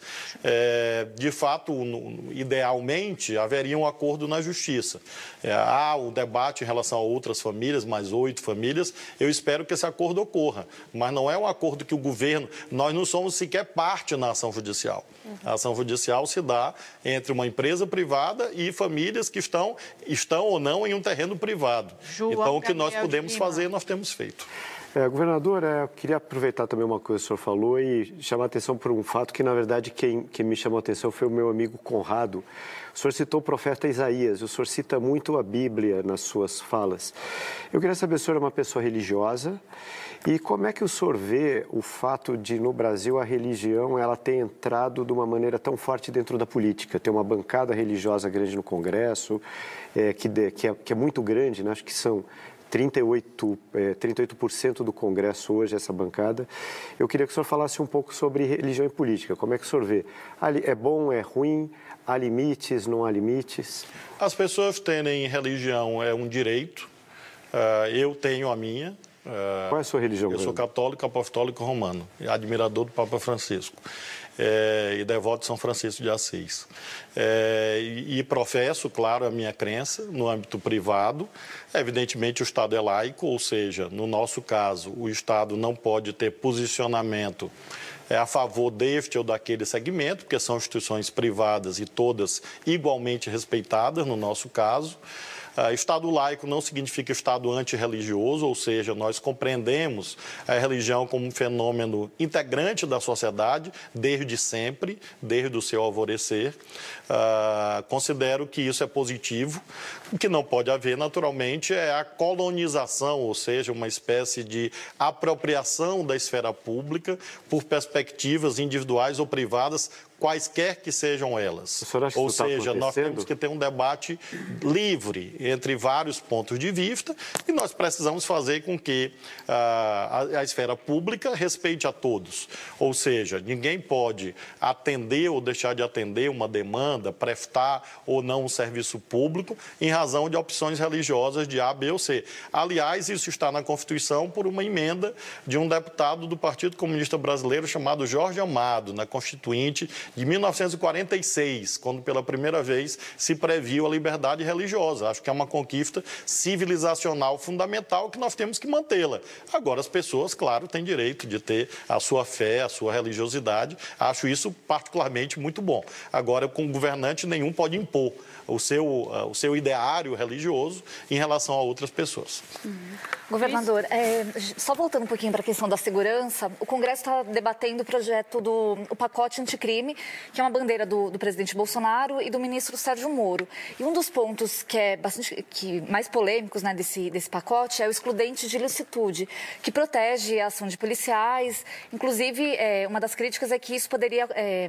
É, de fato, idealmente, haveria um acordo na Justiça. É, há o debate em relação a outras famílias, mais oito famílias. Eu espero que esse acordo ocorra, mas não é um acordo que o governo... Nós não somos sequer parte na ação judicial. A ação judicial se dá entre uma empresa privada e famílias que estão, estão ou não em um terreno privado. João então, o que nós Gabriel podemos fazer, nós temos feito. É, governador, é, eu queria aproveitar também uma coisa que o senhor falou e chamar a atenção por um fato que, na verdade, quem, quem me chamou a atenção foi o meu amigo Conrado. O senhor citou o profeta Isaías, o senhor cita muito a Bíblia nas suas falas. Eu queria saber se o senhor é uma pessoa religiosa e como é que o senhor vê o fato de, no Brasil, a religião ela ter entrado de uma maneira tão forte dentro da política. Tem uma bancada religiosa grande no Congresso, é, que, de, que, é, que é muito grande, né? Acho que são... trinta e oito por cento do Congresso hoje, essa bancada. Eu queria que o senhor falasse um pouco sobre religião e política. Como é que o senhor vê? É bom, é ruim? Há limites, não há limites? As pessoas terem religião é um direito. Eu tenho a minha. Qual é a sua religião? Eu sou católico, apostólico romano, admirador do Papa Francisco. É, e devoto de São Francisco de Assis. É, e, e professo, claro, a minha crença no âmbito privado. Evidentemente, o Estado é laico, ou seja, no nosso caso, o Estado não pode ter posicionamento é, a favor deste ou daquele segmento, porque são instituições privadas e todas igualmente respeitadas, no nosso caso. Uh, Estado laico não significa Estado antirreligioso, ou seja, nós compreendemos a religião como um fenômeno integrante da sociedade desde sempre, desde o seu alvorecer. Uh, considero que isso é positivo. O que não pode haver, naturalmente, é a colonização, ou seja, uma espécie de apropriação da esfera pública por perspectivas individuais ou privadas, quaisquer que sejam elas. Ou seja, nós temos que ter um debate livre entre vários pontos de vista e nós precisamos fazer com que uh, a, a esfera pública respeite a todos. Ou seja, ninguém pode atender ou deixar de atender uma demanda, prestar ou não um serviço público em razão de opções religiosas de A, B ou C. Aliás, isso está na Constituição por uma emenda de um deputado do Partido Comunista Brasileiro chamado Jorge Amado, na Constituinte de mil novecentos e quarenta e seis, quando pela primeira vez se previu a liberdade religiosa. Acho que é uma conquista civilizacional fundamental que nós temos que mantê-la. Agora, as pessoas, claro, têm direito de ter a sua fé, a sua religiosidade. Acho isso particularmente muito bom. Agora, com governante nenhum pode impor o seu, o seu ideário religioso em relação a outras pessoas. Uhum. Governador, é, só voltando um pouquinho para a questão da segurança, o Congresso está debatendo o projeto do o pacote anticrime, que é uma bandeira do, do presidente Bolsonaro e do ministro Sérgio Moro. E um dos pontos que é bastante que mais polêmicos, né, desse, desse pacote é o excludente de ilicitude, que protege a ação de policiais. Inclusive, é, uma das críticas é que isso poderia É,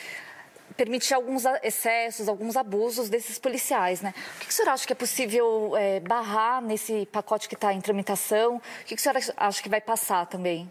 permitir alguns excessos, alguns abusos desses policiais, né? O que, que o senhor acha que é possível é, barrar nesse pacote que está em tramitação? O que, que o senhor acha que vai passar também?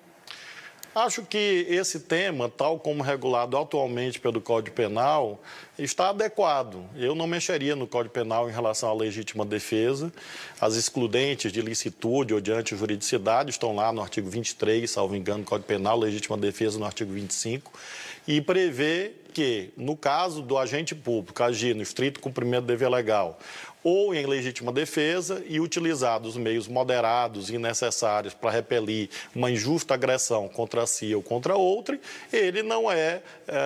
Acho que esse tema, tal como regulado atualmente pelo Código Penal, está adequado. Eu não mexeria no Código Penal em relação à legítima defesa. As excludentes de licitude ou de antijuridicidade estão lá no artigo vinte e três, salvo engano, do Código Penal, legítima defesa no artigo vinte e cinco, e prevê que, no caso do agente público agir no estrito cumprimento do dever legal ou em legítima defesa e utilizar os meios moderados e necessários para repelir uma injusta agressão contra si ou contra outro, ele não é,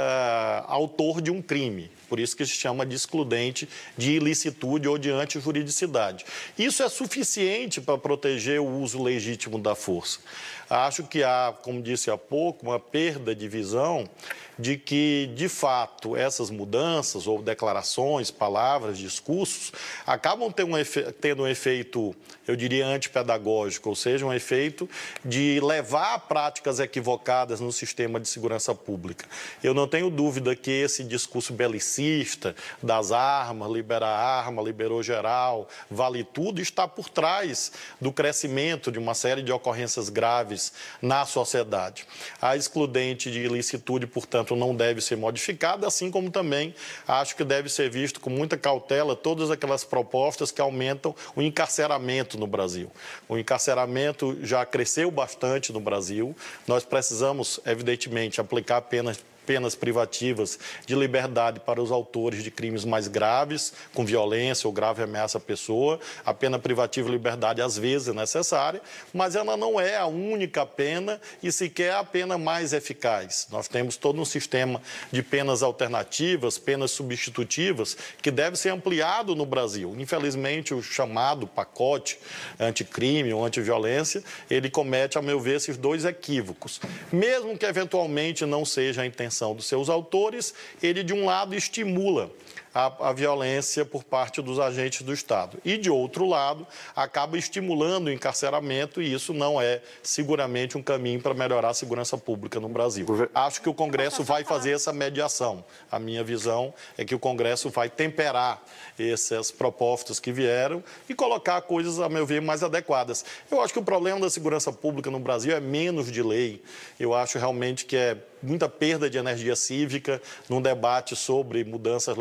é autor de um crime. Por isso que se chama de excludente de ilicitude ou de antijuridicidade. Isso é suficiente para proteger o uso legítimo da força. Acho que há, como disse há pouco, uma perda de visão de que, de fato, essas mudanças ou declarações, palavras, discursos, acabam tendo um, efe... tendo um efeito, eu diria, antipedagógico, ou seja, um efeito de levar a práticas equivocadas no sistema de segurança pública. Eu não tenho dúvida que esse discurso belicista das armas, libera arma, liberou geral, vale tudo, está por trás do crescimento de uma série de ocorrências graves na sociedade. A excludente de ilicitude, portanto, não deve ser modificada, assim como também acho que deve ser visto com muita cautela todas aquelas propostas que aumentam o encarceramento no Brasil. O encarceramento já cresceu bastante no Brasil. Nós precisamos, evidentemente, aplicar penas penas privativas de liberdade para os autores de crimes mais graves, com violência ou grave ameaça à pessoa. A pena privativa de liberdade, às vezes, é necessária, mas ela não é a única pena e sequer a pena mais eficaz. Nós temos todo um sistema de penas alternativas, penas substitutivas, que deve ser ampliado no Brasil. Infelizmente, o chamado pacote anticrime ou antiviolência, ele comete, a meu ver, esses dois equívocos. Mesmo que, eventualmente, não seja a intenção dos seus autores, ele, de um lado, estimula a, a violência por parte dos agentes do Estado. E, de outro lado, acaba estimulando o encarceramento e isso não é, seguramente, um caminho para melhorar a segurança pública no Brasil. Acho que o Congresso vai fazer essa mediação. A minha visão é que o Congresso vai temperar essas propostas que vieram e colocar coisas, a meu ver, mais adequadas. Eu acho que o problema da segurança pública no Brasil é menos de lei. Eu acho realmente que é muita perda de energia cívica num debate sobre mudanças legislativas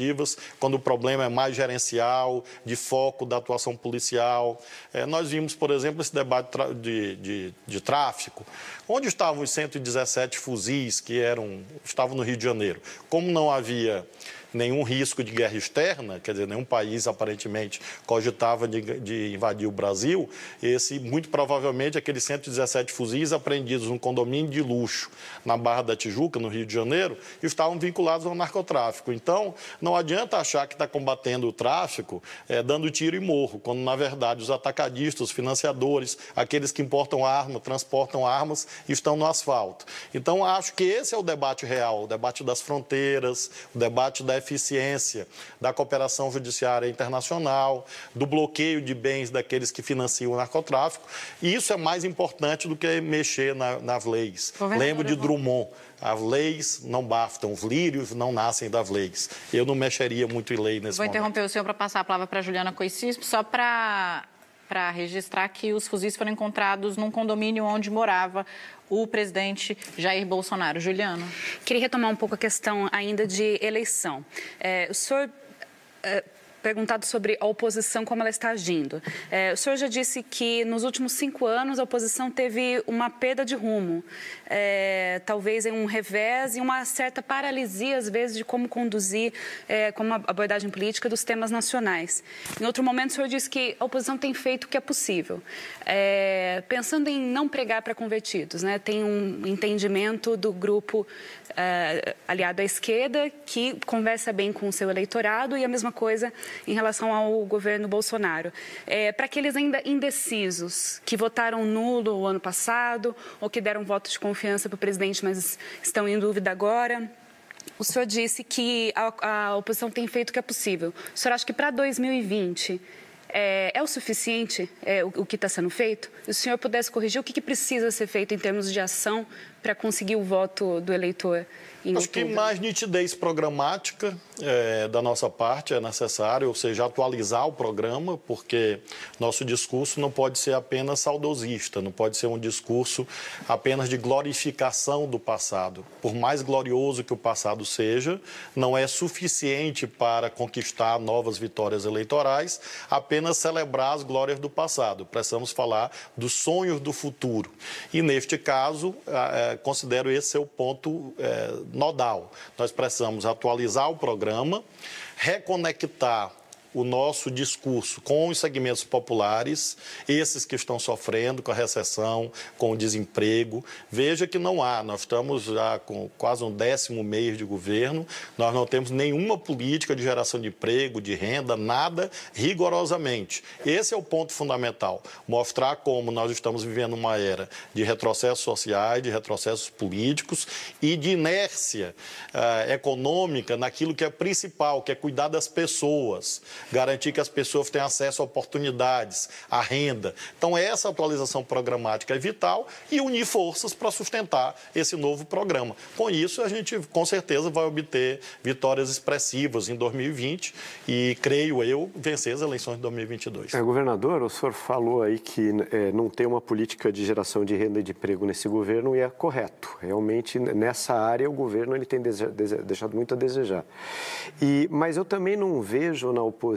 efetivas, quando o problema é mais gerencial, de foco da atuação policial. É, nós vimos, por exemplo, esse debate de, de, de tráfico. Onde estavam os cento e dezessete fuzis que eram, estavam no Rio de Janeiro? Como não havia nenhum risco de guerra externa, quer dizer, nenhum país aparentemente cogitava de, de invadir o Brasil, esse, muito provavelmente, aqueles cento e dezessete fuzis apreendidos num condomínio de luxo na Barra da Tijuca, no Rio de Janeiro, estavam vinculados ao narcotráfico. Então, não adianta achar que está combatendo o tráfico é, dando tiro e morro, quando, na verdade, os atacadistas, os financiadores, aqueles que importam armas, transportam armas, estão no asfalto. Então, acho que esse é o debate real, o debate das fronteiras, o debate da eficiência da cooperação judiciária internacional, do bloqueio de bens daqueles que financiam o narcotráfico. E isso é mais importante do que mexer na, nas leis. Lembro de Drummond. As leis não bastam, os lírios não nascem das leis. Eu não mexeria muito em lei nesse Vou momento. interromper o senhor para passar a palavra para a Juliana Coicismo, só para... para registrar que os fuzis foram encontrados num condomínio onde morava o presidente Jair Bolsonaro. Juliana. Queria retomar um pouco a questão ainda de eleição. É, o senhor... É... perguntado sobre a oposição, como ela está agindo. É, o senhor já disse que nos últimos cinco anos a oposição teve uma perda de rumo, é, talvez em um revés e uma certa paralisia, às vezes, de como conduzir, é, como a abordagem política dos temas nacionais. Em outro momento, o senhor disse que a oposição tem feito o que é possível. É, pensando em não pregar para convertidos, né, tem um entendimento do grupo é, aliado à esquerda que conversa bem com o seu eleitorado e a mesma coisa em relação ao governo Bolsonaro. É, para aqueles ainda indecisos, que votaram nulo o ano passado ou que deram voto de confiança para o presidente, mas estão em dúvida agora, o senhor disse que a, a oposição tem feito o que é possível. O senhor acha que para dois mil e vinte é, é o suficiente é, o, o que está sendo feito? Se o senhor pudesse corrigir, o que, que precisa ser feito em termos de ação para conseguir o voto do eleitor? Acho que mais nitidez programática é, da nossa parte é necessário, ou seja, atualizar o programa, porque nosso discurso não pode ser apenas saudosista, não pode ser um discurso apenas de glorificação do passado. Por mais glorioso que o passado seja, não é suficiente para conquistar novas vitórias eleitorais, apenas celebrar as glórias do passado. Precisamos falar dos sonhos do futuro. E, neste caso, é, considero esse ser o ponto é, nodal. Nós precisamos atualizar o programa, reconectar o nosso discurso com os segmentos populares, esses que estão sofrendo com a recessão, com o desemprego. Veja que não há, nós estamos já com quase um décimo mês de governo, nós não temos nenhuma política de geração de emprego, de renda, nada rigorosamente. Esse é o ponto fundamental, mostrar como nós estamos vivendo uma era de retrocessos sociais, de retrocessos políticos e de inércia uh, econômica naquilo que é principal, que é cuidar das pessoas, garantir que as pessoas tenham acesso a oportunidades, a renda. Então, essa atualização programática é vital e unir forças para sustentar esse novo programa. Com isso, a gente, com certeza, vai obter vitórias expressivas em dois mil e vinte e, creio eu, vencer as eleições de dois mil e vinte e dois. É, governador, o senhor falou aí que é, não tem uma política de geração de renda e de emprego nesse governo e é correto. Realmente, nessa área, o governo ele tem dese- dese- deixado muito a desejar. E, mas eu também não vejo na oposição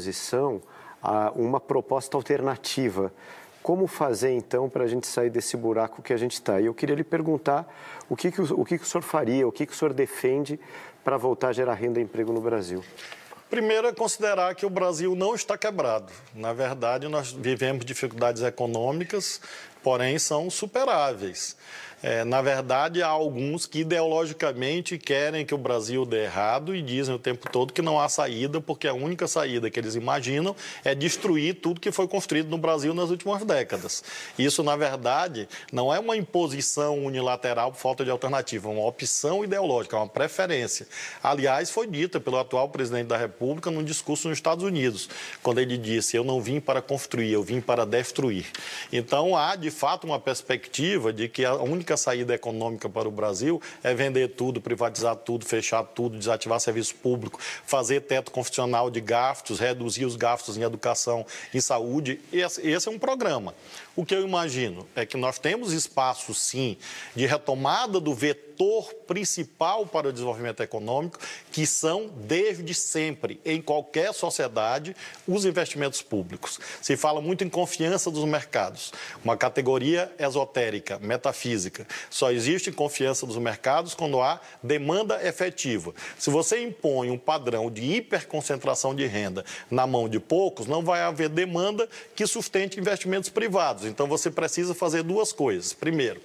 uma proposta alternativa. Como fazer, então, para a gente sair desse buraco que a gente está? E eu queria lhe perguntar o que, que, o, o que, que o senhor faria, o que, que o senhor defende para voltar a gerar renda e emprego no Brasil? Primeiro é considerar que o Brasil não está quebrado. Na verdade, nós vivemos dificuldades econômicas, porém são superáveis. É, na verdade, há alguns que ideologicamente querem que o Brasil dê errado e dizem o tempo todo que não há saída, porque a única saída que eles imaginam é destruir tudo que foi construído no Brasil nas últimas décadas. Isso, na verdade, não é uma imposição unilateral por falta de alternativa, é uma opção ideológica, é uma preferência. Aliás, foi dita pelo atual presidente da República num discurso nos Estados Unidos, quando ele disse: eu não vim para construir, eu vim para destruir. Então, há, de fato, uma perspectiva de que a única saída econômica para o Brasil é vender tudo, privatizar tudo, fechar tudo, desativar serviço público, fazer teto constitucional de gastos, reduzir os gastos em educação e saúde. Esse, esse é um programa. O que eu imagino é que nós temos espaço, sim, de retomada do vetor principal para o desenvolvimento econômico, que são, desde sempre, em qualquer sociedade, os investimentos públicos. Se fala muito em confiança dos mercados, uma categoria esotérica, metafísica. Só existe confiança dos mercados quando há demanda efetiva. Se você impõe um padrão de hiperconcentração de renda na mão de poucos, não vai haver demanda que sustente investimentos privados. Então, você precisa fazer duas coisas. Primeiro,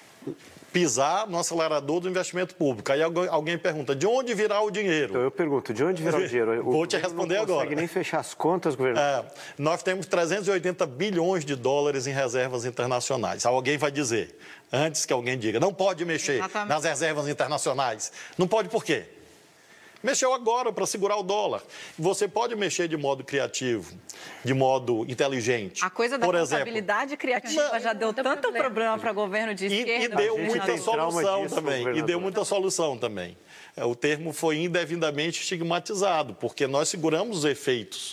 pisar no acelerador do investimento público. Aí alguém pergunta, de onde virá o dinheiro? Então, eu pergunto, de onde virá o dinheiro? O Vou te responder agora. Não consegue nem fechar as contas, governador. É, nós temos trezentos e oitenta bilhões de dólares em reservas internacionais. Alguém vai dizer, antes que alguém diga, não pode mexer Exatamente. nas reservas internacionais. Não pode por quê? Mexeu agora para segurar o dólar. Você pode mexer de modo criativo, de modo inteligente. A coisa da Por contabilidade exemplo, criativa não, já deu tanto problema, problema para governo de esquerda. E, e deu muita solução disso, também. governador. E deu muita solução também. O termo foi indevidamente estigmatizado, porque nós seguramos os efeitos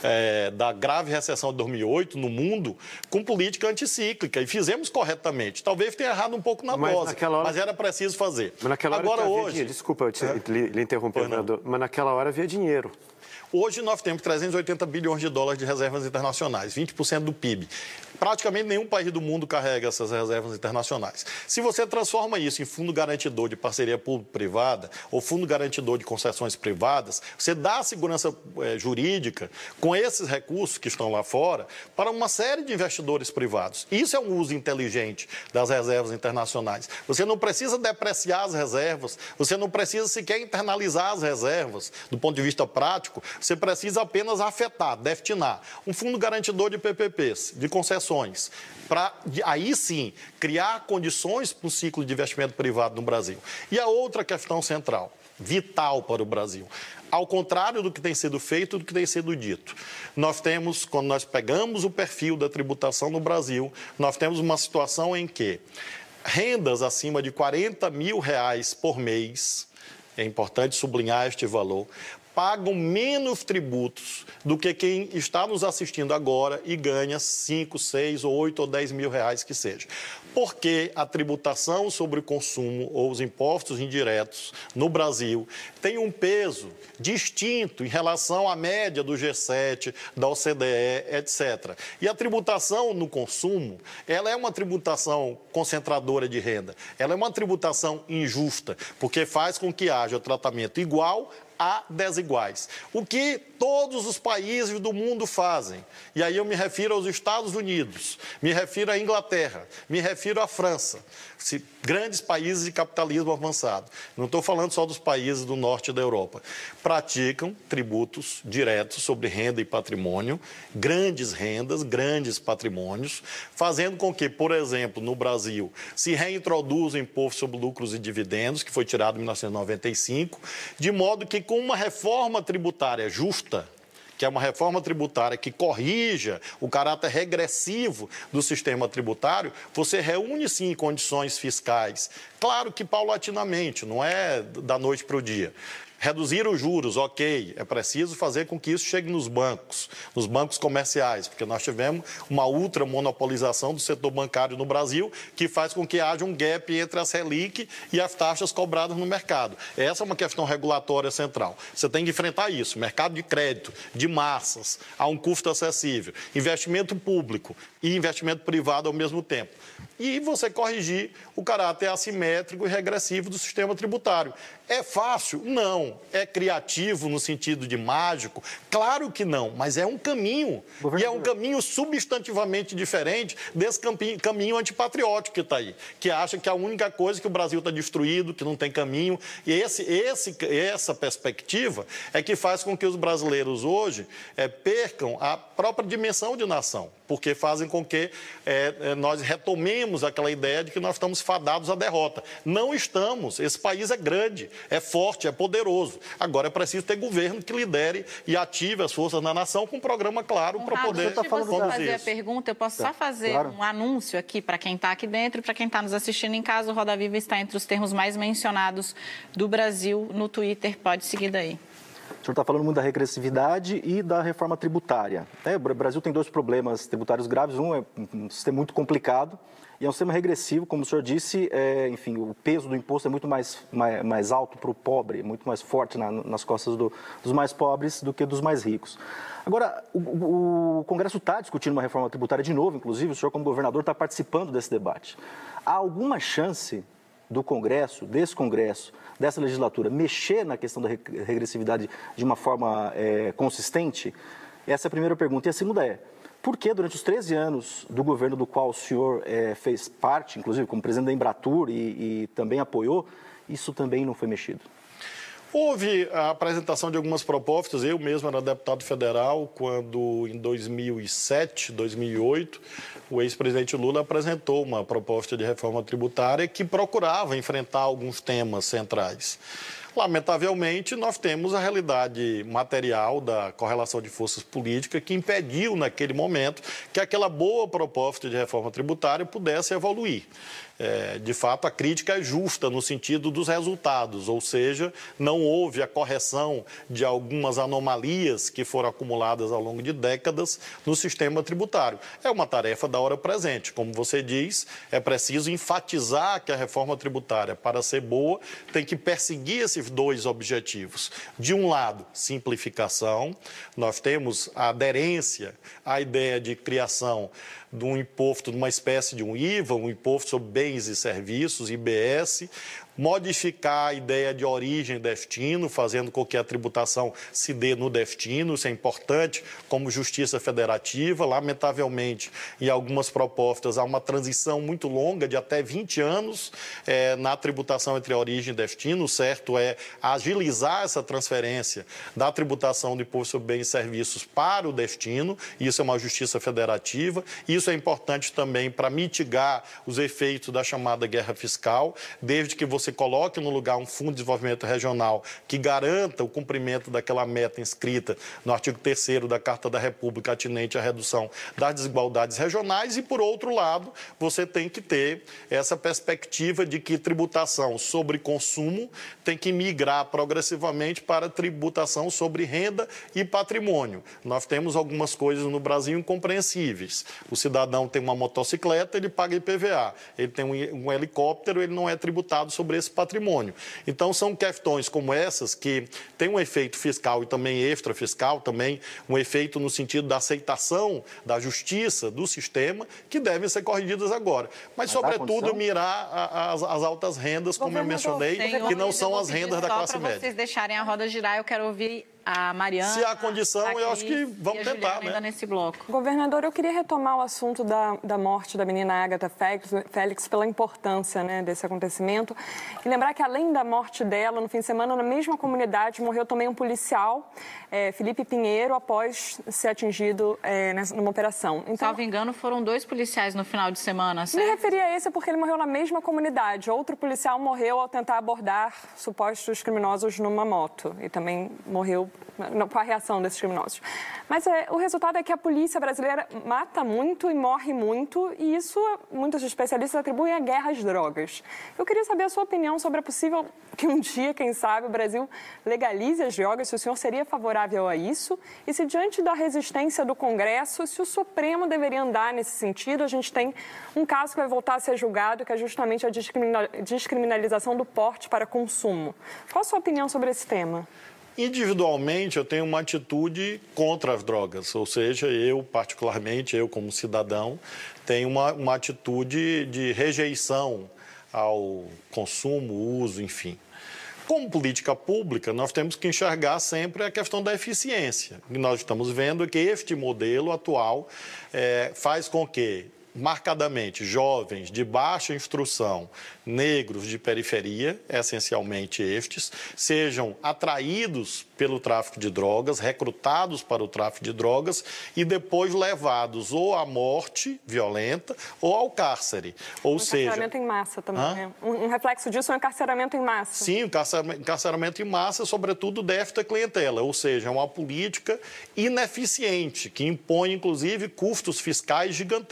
é, da grave recessão de dois mil e oito no mundo com política anticíclica e fizemos corretamente. Talvez tenha errado um pouco na mas dose, hora... mas era preciso fazer. Mas naquela Agora hora hoje, havia... Desculpa, eu te, é? lhe interromper, governador, mas naquela hora havia dinheiro. Hoje nós temos trezentos e oitenta bilhões de dólares de reservas internacionais, vinte por cento do P I B. Praticamente nenhum país do mundo carrega essas reservas internacionais. Se você transforma isso em fundo garantidor de parceria público-privada ou fundo garantidor de concessões privadas, você dá a segurança é, jurídica com esses recursos que estão lá fora para uma série de investidores privados. Isso é um uso inteligente das reservas internacionais. Você não precisa depreciar as reservas, você não precisa sequer internalizar as reservas do ponto de vista prático, você precisa apenas afetar, destinar um fundo garantidor de P P Ps, de concessões, para aí sim criar condições para um ciclo de investimento privado no Brasil. E a outra questão central, vital para o Brasil, ao contrário do que tem sido feito, do que tem sido dito. Nós temos, quando nós pegamos o perfil da tributação no Brasil, nós temos uma situação em que rendas acima de quarenta mil reais por mês, é importante sublinhar este valor, pagam menos tributos do que quem está nos assistindo agora e ganha cinco, seis, ou oito ou dez mil reais que seja. Porque a tributação sobre o consumo ou os impostos indiretos no Brasil tem um peso distinto em relação à média do G sete, da O C D E, etcétera. E a tributação no consumo, ela é uma tributação concentradora de renda. Ela é uma tributação injusta, porque faz com que haja tratamento igual a desiguais. O que todos os países do mundo fazem. E aí eu me refiro aos Estados Unidos, me refiro à Inglaterra, me refiro à França, se, grandes países de capitalismo avançado. Não estou falando só dos países do norte da Europa. Praticam tributos diretos sobre renda e patrimônio, grandes rendas, grandes patrimônios, fazendo com que, por exemplo, no Brasil, se reintroduza o imposto sobre lucros e dividendos, que foi tirado em mil novecentos e noventa e cinco, de modo que com uma reforma tributária justa, que é uma reforma tributária que corrija o caráter regressivo do sistema tributário, você reúne, sim, condições fiscais. Claro que paulatinamente, não é da noite para o dia. Reduzir os juros, ok, é preciso fazer com que isso chegue nos bancos, nos bancos comerciais, porque nós tivemos uma ultramonopolização do setor bancário no Brasil, que faz com que haja um gap entre a Selic e as taxas cobradas no mercado. Essa é uma questão regulatória central. Você tem que enfrentar isso, mercado de crédito, de massas, a um custo acessível, investimento público e investimento privado ao mesmo tempo. E você corrigir o caráter assimétrico e regressivo do sistema tributário. É fácil? Não. É criativo no sentido de mágico? Claro que não, mas é um caminho. E é um caminho substantivamente diferente desse caminho antipatriótico que está aí, que acha que a única coisa que o Brasil está destruído, que não tem caminho. E esse, esse, essa perspectiva é que faz com que os brasileiros hoje é, percam a própria dimensão de nação, porque fazem com que é, nós retomemos aquela ideia de que nós estamos fadados à derrota. Não estamos. Esse país é grande, é forte, é poderoso. Agora é preciso ter governo que lidere e ative as forças na nação com um programa claro para poder Antes de você fazer isso. a pergunta, eu posso tá, só fazer claro. um anúncio aqui para quem está aqui dentro e para quem está nos assistindo em casa. O Roda Viva está entre os termos mais mencionados do Brasil no Twitter. Pode seguir daí. O senhor está falando muito da regressividade e da reforma tributária. É, o Brasil tem dois problemas tributários graves. Um é um sistema muito complicado e é um sistema regressivo, como o senhor disse. É, enfim, o peso do imposto é muito mais, mais, mais alto para o pobre, muito mais forte na, nas costas do, dos mais pobres do que dos mais ricos. Agora, o, o, o Congresso está discutindo uma reforma tributária de novo, inclusive o senhor, como governador, está participando desse debate. Há alguma chance do Congresso, desse Congresso, dessa legislatura, mexer na questão da regressividade de uma forma é, consistente? Essa é a primeira pergunta. E a segunda é, por que durante os treze anos do governo do qual o senhor é, fez parte, inclusive como presidente da Embratur e, e também apoiou, isso também não foi mexido? Houve a apresentação de algumas propostas. Eu mesmo era deputado federal quando, em dois mil e sete, dois mil e oito, o ex-presidente Lula apresentou uma proposta de reforma tributária que procurava enfrentar alguns temas centrais. Lamentavelmente, nós temos a realidade material da correlação de forças políticas que impediu, naquele momento, que aquela boa proposta de reforma tributária pudesse evoluir. É, de fato, a crítica é justa no sentido dos resultados, ou seja, não houve a correção de algumas anomalias que foram acumuladas ao longo de décadas no sistema tributário. É uma tarefa da hora presente. Como você diz, é preciso enfatizar que a reforma tributária, para ser boa, tem que perseguir esses dois objetivos. De um lado, simplificação. Nós temos a aderência à ideia de criação de um imposto, de uma espécie de um I V A, um imposto sobre bens e serviços, I B S, modificar a ideia de origem e destino, fazendo com que a tributação se dê no destino. Isso é importante como justiça federativa. Lamentavelmente, em algumas propostas, há uma transição muito longa, de até vinte anos, é, na tributação entre origem e destino. O certo é agilizar essa transferência da tributação do imposto sobre bens e serviços para o destino. Isso é uma justiça federativa. Isso é importante também para mitigar os efeitos da chamada guerra fiscal, desde que você coloque no lugar um fundo de desenvolvimento regional que garanta o cumprimento daquela meta inscrita no artigo terceiro da Carta da República atinente à redução das desigualdades regionais e, por outro lado, você tem que ter essa perspectiva de que tributação sobre consumo tem que migrar progressivamente para tributação sobre renda e patrimônio. Nós temos algumas coisas no Brasil incompreensíveis. O cidadão tem uma motocicleta, ele paga I P V A. Ele tem um, um helicóptero, ele não é tributado sobre esse patrimônio. Então, são questões como essas que têm um efeito fiscal e também extrafiscal, também um efeito no sentido da aceitação da justiça, do sistema, que devem ser corrigidas agora. Mas, Mas sobretudo, mirar a, as, as altas rendas, como eu mencionei, que não são as rendas da classe média. Para vocês deixarem a roda girar, eu quero ouvir a Mariana. Se há condição, a eu acho que vamos tentar, né? Ainda nesse bloco. Governador, eu queria retomar o assunto da, da morte da menina Agatha Félix, Félix pela importância, né, desse acontecimento. E lembrar que, além da morte dela, no fim de semana, na mesma comunidade, morreu também um policial, é, Felipe Pinheiro, após ser atingido é, nessa, numa operação. Então, salvo engano, foram dois policiais no final de semana, certo? Me referi a esse porque ele morreu na mesma comunidade. Outro policial morreu ao tentar abordar supostos criminosos numa moto. E também morreu com a reação desses criminosos. Mas é, o resultado é que a polícia brasileira mata muito e morre muito, e isso muitos especialistas atribuem à guerra às drogas. Eu queria saber a sua opinião sobre a possível que um dia, quem sabe, o Brasil legalize as drogas, se o senhor seria favorável a isso, e se diante da resistência do Congresso, se o Supremo deveria andar nesse sentido. A gente tem um caso que vai voltar a ser julgado, que é justamente a descriminalização do porte para consumo. Qual a sua opinião sobre esse tema? Individualmente, eu tenho uma atitude contra as drogas, ou seja, eu, particularmente, eu como cidadão, tenho uma, uma atitude de rejeição ao consumo, uso, enfim. Como política pública, nós temos que enxergar sempre a questão da eficiência. E nós estamos vendo que este modelo atual é, faz com que, marcadamente, jovens de baixa instrução, negros de periferia, essencialmente estes, sejam atraídos pelo tráfico de drogas, recrutados para o tráfico de drogas e depois levados ou à morte violenta ou ao cárcere. Ou um seja... encarceramento em massa também, né? Um, um reflexo disso é o encarceramento em massa. Sim, o encarceramento em massa, sobretudo desta clientela, ou seja, é uma política ineficiente, que impõe, inclusive, custos fiscais gigantescos.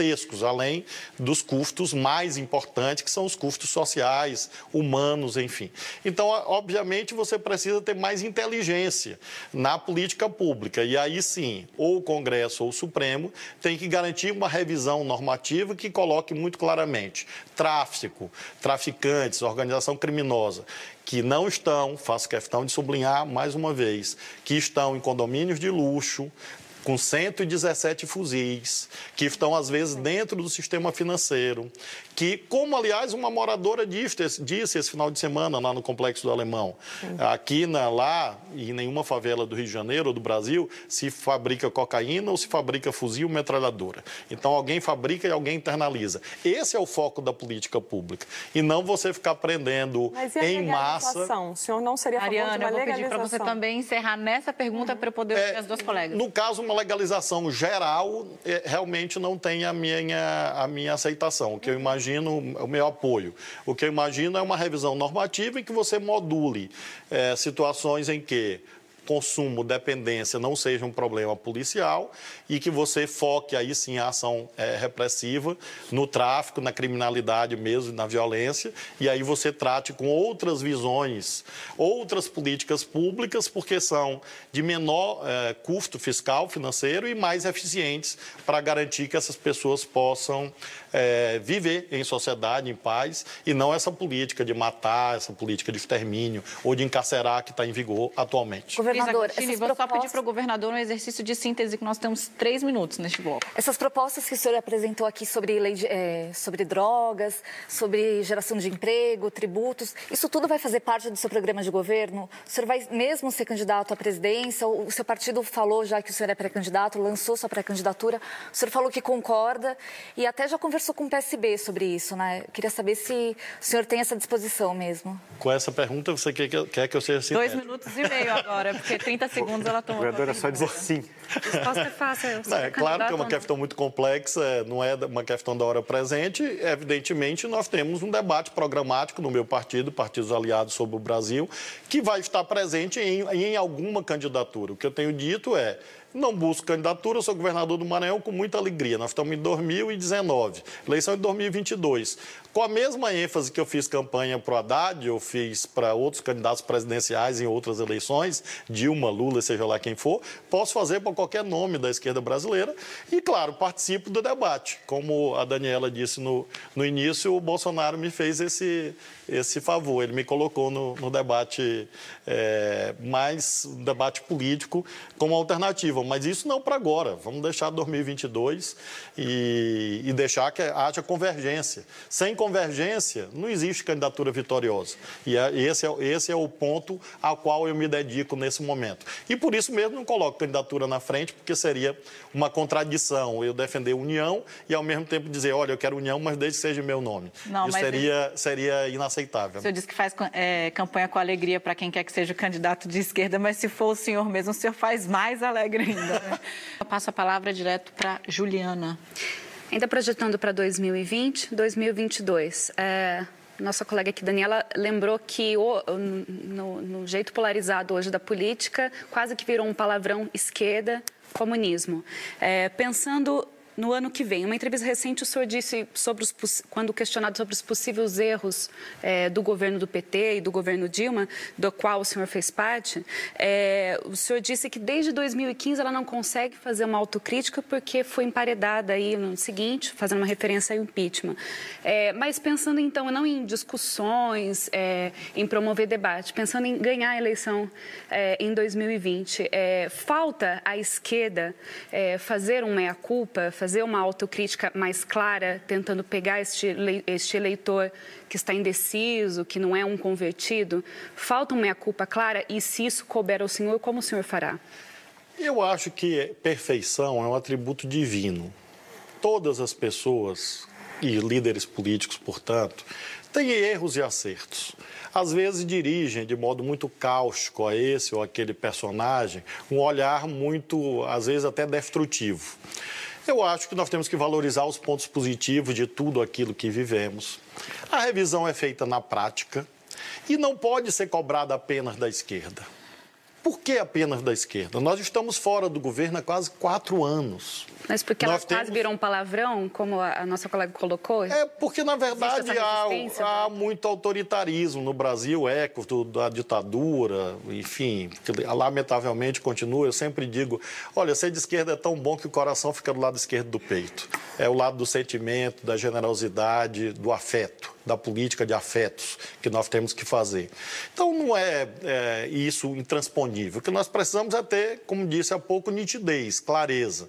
além dos custos mais importantes, que são os custos sociais, humanos, enfim. Então, obviamente, você precisa ter mais inteligência na política pública. E aí, sim, ou o Congresso ou o Supremo tem que garantir uma revisão normativa que coloque muito claramente tráfico, traficantes, organização criminosa, que não estão, faço questão de sublinhar mais uma vez, que estão em condomínios de luxo, com cento e dezessete fuzis, que estão, às vezes, dentro do sistema financeiro, que, como, aliás, uma moradora disse, disse esse final de semana lá no Complexo do Alemão, Sim. aqui na, lá, em nenhuma favela do Rio de Janeiro ou do Brasil, se fabrica cocaína ou se fabrica fuzil, metralhadora. Então, alguém fabrica e alguém internaliza. Esse é o foco da política pública. E não você ficar prendendo em massa... O senhor não seria a favor Mariana, de uma eu vou legalização? pedir para você também encerrar nessa pergunta uhum. para eu poder ouvir é, as duas colegas. No caso, uma legalização geral é, realmente não tem a minha, a minha aceitação. O que eu imagino, o meu apoio. O que eu imagino é uma revisão normativa em que você module é, situações em que consumo, dependência não seja um problema policial e que você foque aí sim a ação é, repressiva no tráfico, na criminalidade mesmo, na violência, e aí você trate com outras visões, outras políticas públicas, porque são de menor é, custo fiscal, financeiro e mais eficientes para garantir que essas pessoas possam é, viver em sociedade, em paz, e não essa política de matar, essa política de extermínio ou de encarcerar que está em vigor atualmente. Governador, Agostini, vou propostas... só pedir para o governador um exercício de síntese, que nós temos três minutos neste bloco. Essas propostas que o senhor apresentou aqui sobre, lei de, é, sobre drogas, sobre geração de emprego, tributos, isso tudo vai fazer parte do seu programa de governo? O senhor vai mesmo ser candidato à presidência? O seu partido falou já que o senhor é pré-candidato, lançou sua pré-candidatura, o senhor falou que concorda e até já conversou com o P S B sobre isso, né? Eu queria saber se o senhor tem essa disposição mesmo. Com essa pergunta, você quer que eu, quer que eu seja sintético? Dois minutos e meio agora, porque trinta segundos ela tomou. Governadora, só dizer sim. A resposta é fácil. Não, é claro que é uma questão muito complexa, não é uma questão da hora presente. Evidentemente, nós temos um debate programático no meu partido, Partidos Aliados sobre o Brasil, que vai estar presente em, em alguma candidatura. O que eu tenho dito é... Não busco candidatura, eu sou governador do Maranhão com muita alegria. Nós estamos em dois mil e dezenove, eleição de dois mil e vinte e dois. Com a mesma ênfase que eu fiz campanha para o Haddad, eu fiz para outros candidatos presidenciais em outras eleições, Dilma, Lula, seja lá quem for, posso fazer para qualquer nome da esquerda brasileira e, claro, participo do debate. Como a Daniela disse no, no início, o Bolsonaro me fez esse, esse favor, ele me colocou no, no debate, é, mais um debate político como alternativa. Mas isso não para agora. Vamos deixar dois mil e vinte e dois e, e deixar que haja convergência. Sem convergência, não existe candidatura vitoriosa. E é, esse, é, esse é o ponto ao qual eu me dedico nesse momento. E por isso mesmo não coloco candidatura na frente, porque seria uma contradição eu defender união e ao mesmo tempo dizer, olha, eu quero união, mas desde que seja meu nome. Não, isso seria, ele... seria inaceitável. O senhor disse que faz é, campanha com alegria para quem quer que seja o candidato de esquerda, mas se for o senhor mesmo, o senhor faz mais alegre ainda. Né? Eu passo a palavra direto para Juliana. Ainda projetando para dois mil e vinte, dois mil e vinte e dois. É, nossa colega aqui, Daniela, lembrou que o, no, no jeito polarizado hoje da política, quase que virou um palavrão esquerda, comunismo. É, pensando... No ano que vem, uma entrevista recente, o senhor disse, sobre os, quando questionado sobre os possíveis erros é, do governo do P T e do governo Dilma, do qual o senhor fez parte, é, o senhor disse que desde dois mil e quinze ela não consegue fazer uma autocrítica porque foi emparedada aí no seguinte, fazendo uma referência ao impeachment. É, mas pensando, então, não em discussões, é, em promover debate, pensando em ganhar a eleição é, em dois mil e vinte, é, falta à esquerda é, fazer um meia-culpa, fazer uma autocrítica mais clara, tentando pegar este, este eleitor que está indeciso, que não é um convertido? Falta uma meia-culpa clara e, se isso couber ao senhor, como o senhor fará? Eu acho que perfeição é um atributo divino. Todas as pessoas, e líderes políticos, portanto, têm erros e acertos. Às vezes dirigem de modo muito cáustico a esse ou aquele personagem, um olhar muito, às vezes, até destrutivo. Eu acho que nós temos que valorizar os pontos positivos de tudo aquilo que vivemos. A revisão é feita na prática e não pode ser cobrada apenas da esquerda. por que apenas da esquerda? Nós estamos fora do governo há quase quatro anos. Mas porque ela Nós quase temos... virou um palavrão, como a nossa colega colocou? É porque, na verdade, há, há da... muito autoritarismo no Brasil, eco do, da ditadura, enfim, que, lamentavelmente continua. Eu sempre digo, olha, ser de esquerda é tão bom que o coração fica do lado esquerdo do peito. É o lado do sentimento, da generosidade, do afeto, da política de afetos que nós temos que fazer. Então, não é, é isso intransponível. O que nós precisamos é ter, como disse há pouco, nitidez, clareza.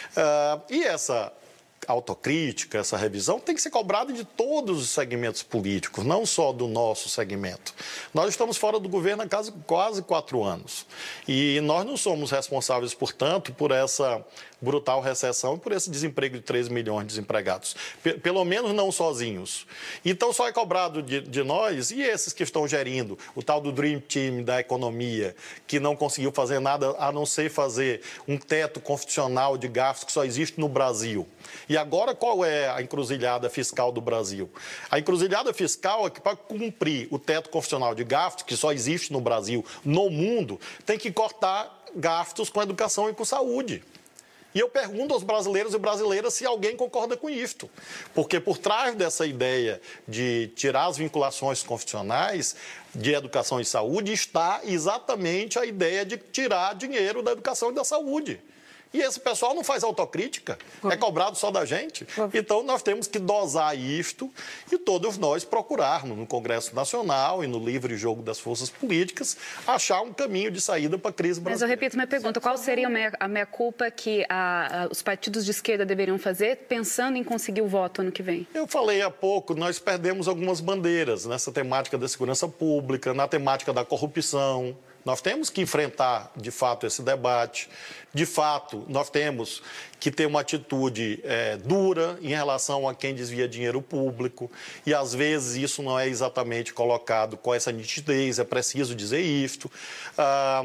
Uh, e essa autocrítica, essa revisão, tem que ser cobrada de todos os segmentos políticos, não só do nosso segmento. Nós estamos fora do governo há quase, quase quatro anos. E nós não somos responsáveis, portanto, por essa brutal recessão e por esse desemprego de três milhões de desempregados. P- pelo menos não sozinhos. Então, só é cobrado de, de nós e esses que estão gerindo o tal do Dream Team da economia, que não conseguiu fazer nada a não ser fazer um teto constitucional de gastos que só existe no Brasil. E agora, qual é a encruzilhada fiscal do Brasil? A encruzilhada fiscal é que, para cumprir o teto constitucional de gastos, que só existe no Brasil, no mundo, tem que cortar gastos com educação e com saúde. E eu pergunto aos brasileiros e brasileiras se alguém concorda com isto. Porque por trás dessa ideia de tirar as vinculações constitucionais de educação e saúde está exatamente a ideia de tirar dinheiro da educação e da saúde. E esse pessoal não faz autocrítica, é cobrado só da gente. Então, nós temos que dosar isto e todos nós procurarmos no Congresso Nacional e no livre jogo das forças políticas achar um caminho de saída para a crise brasileira. Mas eu repito minha pergunta, qual seria a meia-culpa que a, a, os partidos de esquerda deveriam fazer pensando em conseguir o voto ano que vem? Eu falei há pouco, nós perdemos algumas bandeiras nessa temática da segurança pública, na temática da corrupção. Nós temos que enfrentar, de fato, esse debate. De fato, nós temos que ter uma atitude é, dura em relação a quem desvia dinheiro público. E, às vezes, isso não é exatamente colocado com essa nitidez, é preciso dizer isto, ah,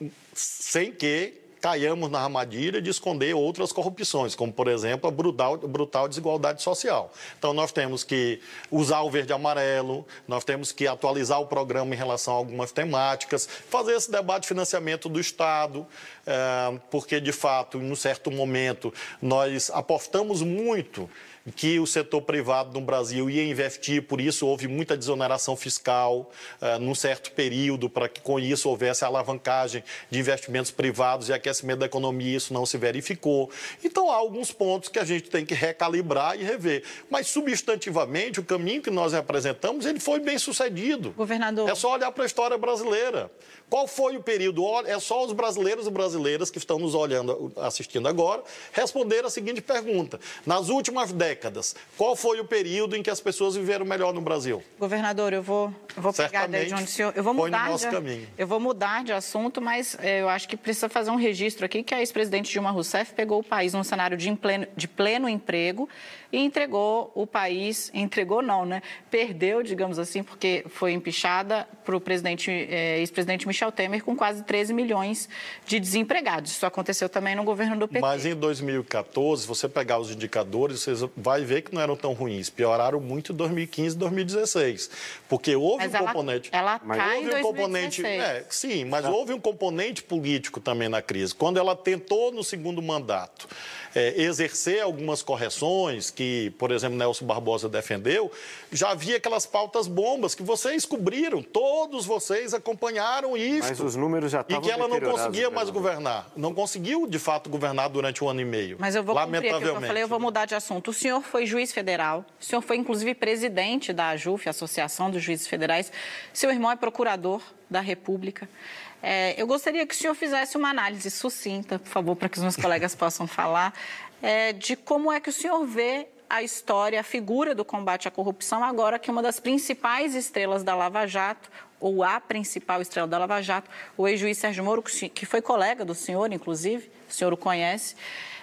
sem que caiamos na armadilha de esconder outras corrupções, como, por exemplo, a brutal, brutal desigualdade social. Então, nós temos que usar o verde e amarelo, nós temos que atualizar o programa em relação a algumas temáticas, fazer esse debate de financiamento do Estado, é, porque, de fato, em um certo momento, nós apostamos muito que o setor privado no Brasil ia investir, por isso houve muita desoneração fiscal uh, num certo período, para que com isso houvesse alavancagem de investimentos privados e aquecimento da economia, isso não se verificou. Então, há alguns pontos que a gente tem que recalibrar e rever. Mas, substantivamente, o caminho que nós representamos, ele foi bem sucedido. Governador... É só olhar para a história brasileira. Qual foi o período? É só os brasileiros e brasileiras que estão nos olhando, assistindo agora, responder a seguinte pergunta. Nas últimas décadas, qual foi o período em que as pessoas viveram melhor no Brasil? Governador, eu vou, eu vou pegar de onde o senhor... Eu vou foi mudar no nosso de, caminho. Eu vou mudar de assunto, mas eu acho que precisa fazer um registro aqui que a ex-presidente Dilma Rousseff pegou o país num cenário de pleno, de pleno emprego e entregou o país... Entregou não, né? Perdeu, digamos assim, porque foi empichada para o presidente, eh, ex-presidente Michel Temer com quase treze milhões de desempregados. Isso aconteceu também no governo do P T. Mas em dois mil e quatorze, se você pegar os indicadores, você vai ver que não eram tão ruins. Pioraram muito em dois mil e quinze e dois mil e dezesseis. Porque houve mas um ela, componente... Ela cai houve em dois um mil e componente, dezesseis. é, sim, mas ah. houve um componente político também na crise. Quando ela tentou, no segundo mandato, é, exercer algumas correções que, por exemplo, Nelson Barbosa defendeu, já havia aquelas pautas bombas que vocês cobriram, todos vocês acompanharam isso. Mas os números já estavam E que ela não conseguia mais né? governar. Não conseguiu, de fato, governar durante um ano e meio. Mas eu vou cumprir aquilo que eu falei, eu vou né? mudar de assunto. O senhor foi juiz federal, o senhor foi, inclusive, presidente da AJUF, Associação dos Juízes Federais. Seu irmão é procurador da República. É, eu gostaria que o senhor fizesse uma análise sucinta, por favor, para que os meus colegas possam falar, é, de como é que o senhor vê a história, a figura do combate à corrupção, agora que uma das principais estrelas da Lava Jato, ou a principal estrela da Lava Jato, o ex-juiz Sérgio Moro, que foi colega do senhor, inclusive, o senhor o conhece,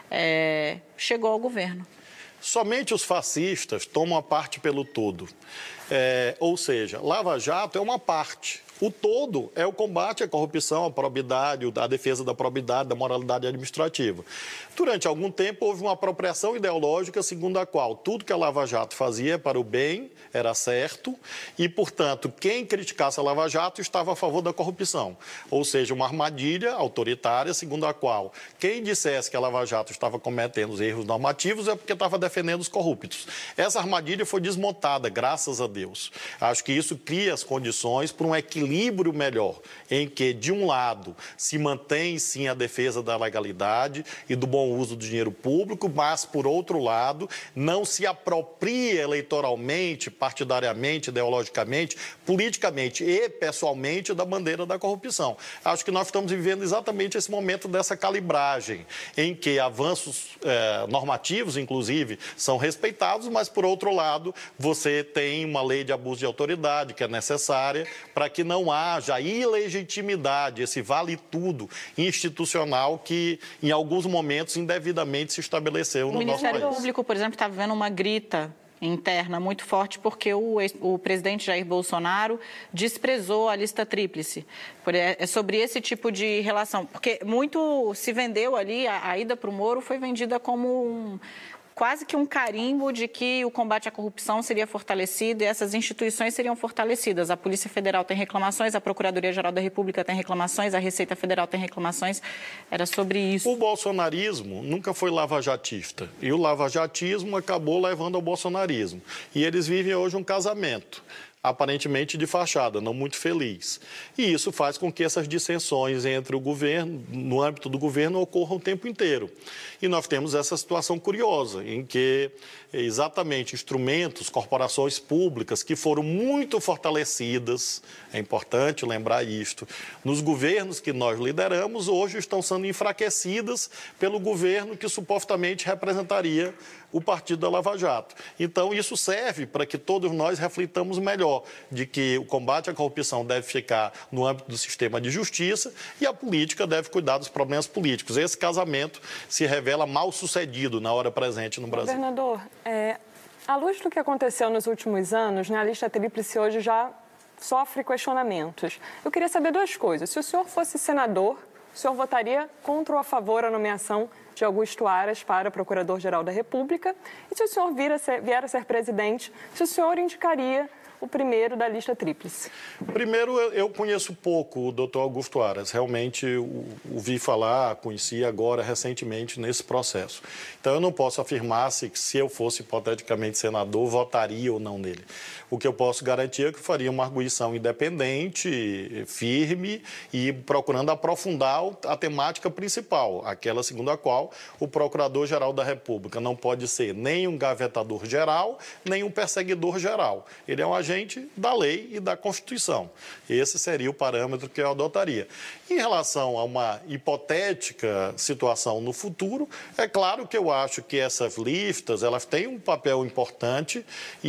é, chegou ao governo. Somente os fascistas tomam a parte pelo todo. É, ou seja, Lava Jato é uma parte. O todo é o combate à corrupção, à probidade, a defesa da probidade, da moralidade administrativa. Durante algum tempo, houve uma apropriação ideológica segundo a qual tudo que a Lava Jato fazia para o bem, era certo, e, portanto, quem criticasse a Lava Jato estava a favor da corrupção. Ou seja, uma armadilha autoritária segundo a qual quem dissesse que a Lava Jato estava cometendo os erros normativos é porque estava defendendo os corruptos. Essa armadilha foi desmontada, graças a Deus. Acho que isso cria as condições para um equilíbrio melhor, em que, de um lado, se mantém, sim, a defesa da legalidade e do bom uso do dinheiro público, mas, por outro lado, não se apropria eleitoralmente, partidariamente, ideologicamente, politicamente e pessoalmente da bandeira da corrupção. Acho que nós estamos vivendo exatamente esse momento dessa calibragem, em que avanços eh, normativos, inclusive, são respeitados, mas, por outro lado, você tem uma lei de abuso de autoridade que é necessária para que não haja ilegitimidade, esse vale-tudo institucional que, em alguns momentos, indevidamente se estabeleceu no nosso país. O Ministério Público, por exemplo, está vivendo uma grita interna muito forte porque o, o presidente Jair Bolsonaro desprezou a lista tríplice. É sobre esse tipo de relação. Porque muito se vendeu ali, a, a ida para o Moro foi vendida como um... quase que um carimbo de que o combate à corrupção seria fortalecido e essas instituições seriam fortalecidas. A Polícia Federal tem reclamações, a Procuradoria-Geral da República tem reclamações, a Receita Federal tem reclamações. Era sobre isso. O bolsonarismo nunca foi lavajatista e o lavajatismo acabou levando ao bolsonarismo. E eles vivem hoje um casamento, aparentemente de fachada, não muito feliz. E isso faz com que essas dissensões entre o governo, no âmbito do governo, ocorram o tempo inteiro. E nós temos essa situação curiosa, em que exatamente instrumentos, corporações públicas que foram muito fortalecidas, é importante lembrar isto, nos governos que nós lideramos, hoje estão sendo enfraquecidas pelo governo que supostamente representaria o partido da Lava Jato. Então, isso serve para que todos nós reflitamos melhor de que o combate à corrupção deve ficar no âmbito do sistema de justiça e a política deve cuidar dos problemas políticos. Esse casamento se revela mal sucedido na hora presente no Brasil. Governador, é, à luz do que aconteceu nos últimos anos, né, a lista tríplice hoje já sofre questionamentos. Eu queria saber duas coisas. Se o senhor fosse senador, o senhor votaria contra ou a favor a nomeação de Augusto Aras para Procurador-Geral da República? E se o senhor vier a ser, vier a ser presidente, se o senhor indicaria o primeiro da lista tríplice? Primeiro, eu conheço pouco o doutor Augusto Aras. Realmente, o, o vi falar, conheci agora, recentemente, nesse processo. Então, eu não posso afirmar se, se eu fosse, hipoteticamente, senador, votaria ou não nele. O que eu posso garantir é que eu faria uma arguição independente, firme e procurando aprofundar a temática principal, aquela segundo a qual o Procurador-Geral da República não pode ser nem um gavetador geral, nem um perseguidor geral. Ele é um agente da lei e da Constituição. Esse seria o parâmetro que eu adotaria. Em relação a uma hipotética situação no futuro, é claro que eu acho que essas listas, elas têm um papel importante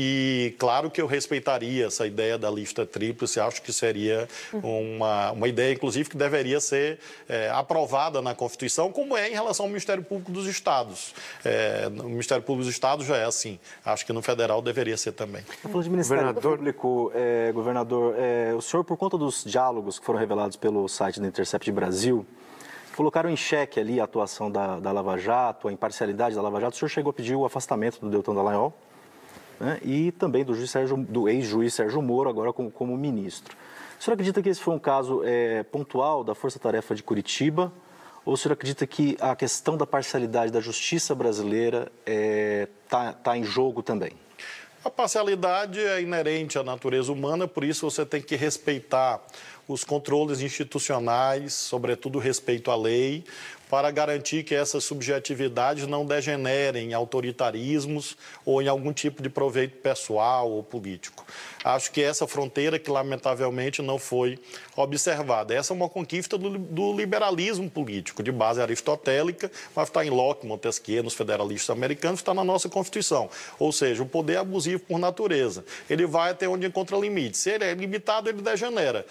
e claro que eu respeitaria essa ideia da lista tríplice, acho que seria uma, uma ideia, inclusive, que deveria ser é, aprovada na Constituição, como é em relação ao Ministério Público dos Estados. É, o Ministério Público dos Estados já é assim, acho que no federal deveria ser também. Falando de Ministério Público, é, governador, é, o senhor, por conta dos diálogos que foram revelados pelo site da Intercept Brasil, colocaram em xeque ali a atuação da, da Lava Jato, a imparcialidade da Lava Jato, o senhor chegou a pedir o afastamento do Deltan Dallagnol, né, e também do, juiz Sérgio, do ex-juiz Sérgio Moro, agora como, como ministro. O senhor acredita que esse foi um caso é, pontual da Força Tarefa de Curitiba, ou o senhor acredita que a questão da parcialidade da justiça brasileira está é, tá em jogo também? A parcialidade é inerente à natureza humana, por isso você tem que respeitar os controles institucionais, sobretudo o respeito à lei, para garantir que essas subjetividades não degenerem em autoritarismos ou em algum tipo de proveito pessoal ou político. Acho que essa fronteira que, lamentavelmente, não foi observada. Essa é uma conquista do, do liberalismo político, de base aristotélica, mas está em Locke, Montesquieu, nos federalistas americanos, está na nossa Constituição. Ou seja, o poder é abusivo por natureza. Ele vai até onde encontra limite. Se ele é limitado, ele degenera. A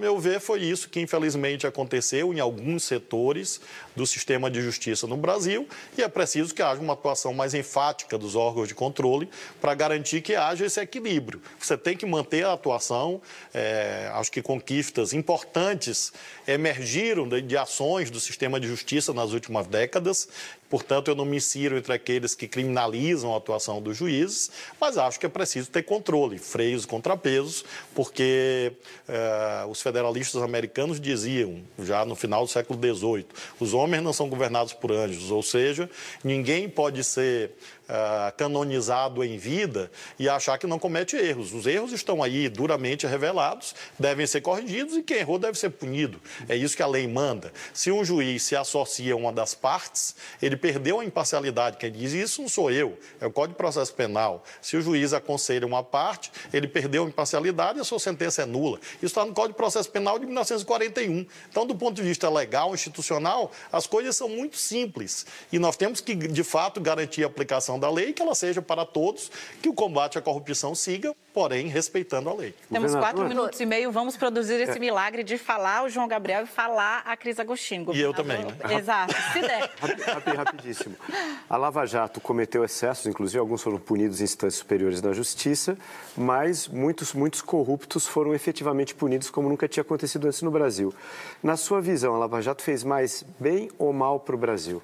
meu ver, foi isso que infelizmente aconteceu em alguns setores do sistema de justiça no Brasil e é preciso que haja uma atuação mais enfática dos órgãos de controle para garantir que haja esse equilíbrio. Você tem que manter a atuação, é, acho que conquistas importantes emergiram de, de ações do sistema de justiça nas últimas décadas. Portanto, eu não me insiro entre aqueles que criminalizam a atuação dos juízes, mas acho que é preciso ter controle, freios e contrapesos, porque eh, os federalistas americanos diziam, já no final do século dezoito, os homens não são governados por anjos, ou seja, ninguém pode ser Uh, canonizado em vida e achar que não comete erros. Os erros estão aí duramente revelados, devem ser corrigidos e quem errou deve ser punido. É isso que a lei manda. Se um juiz se associa a uma das partes, ele perdeu a imparcialidade. Quem diz isso não sou eu, é o Código de Processo Penal. Se o juiz aconselha uma parte, ele perdeu a imparcialidade e a sua sentença é nula. Isso está no Código de Processo Penal de mil novecentos e quarenta e um. Então, do ponto de vista legal, institucional, as coisas são muito simples e nós temos que, de fato, garantir a aplicação da lei, que ela seja para todos, que o combate à corrupção siga, porém, respeitando a lei. Temos quatro minutos e meio, vamos produzir esse é. milagre de falar o João Gabriel e falar a Cris Agostinho. E eu também, né? Exato, se der. Rapid, rapidíssimo. A Lava Jato cometeu excessos, inclusive alguns foram punidos em instâncias superiores da Justiça, mas muitos, muitos corruptos foram efetivamente punidos como nunca tinha acontecido antes no Brasil. Na sua visão, a Lava Jato fez mais bem ou mal para o Brasil?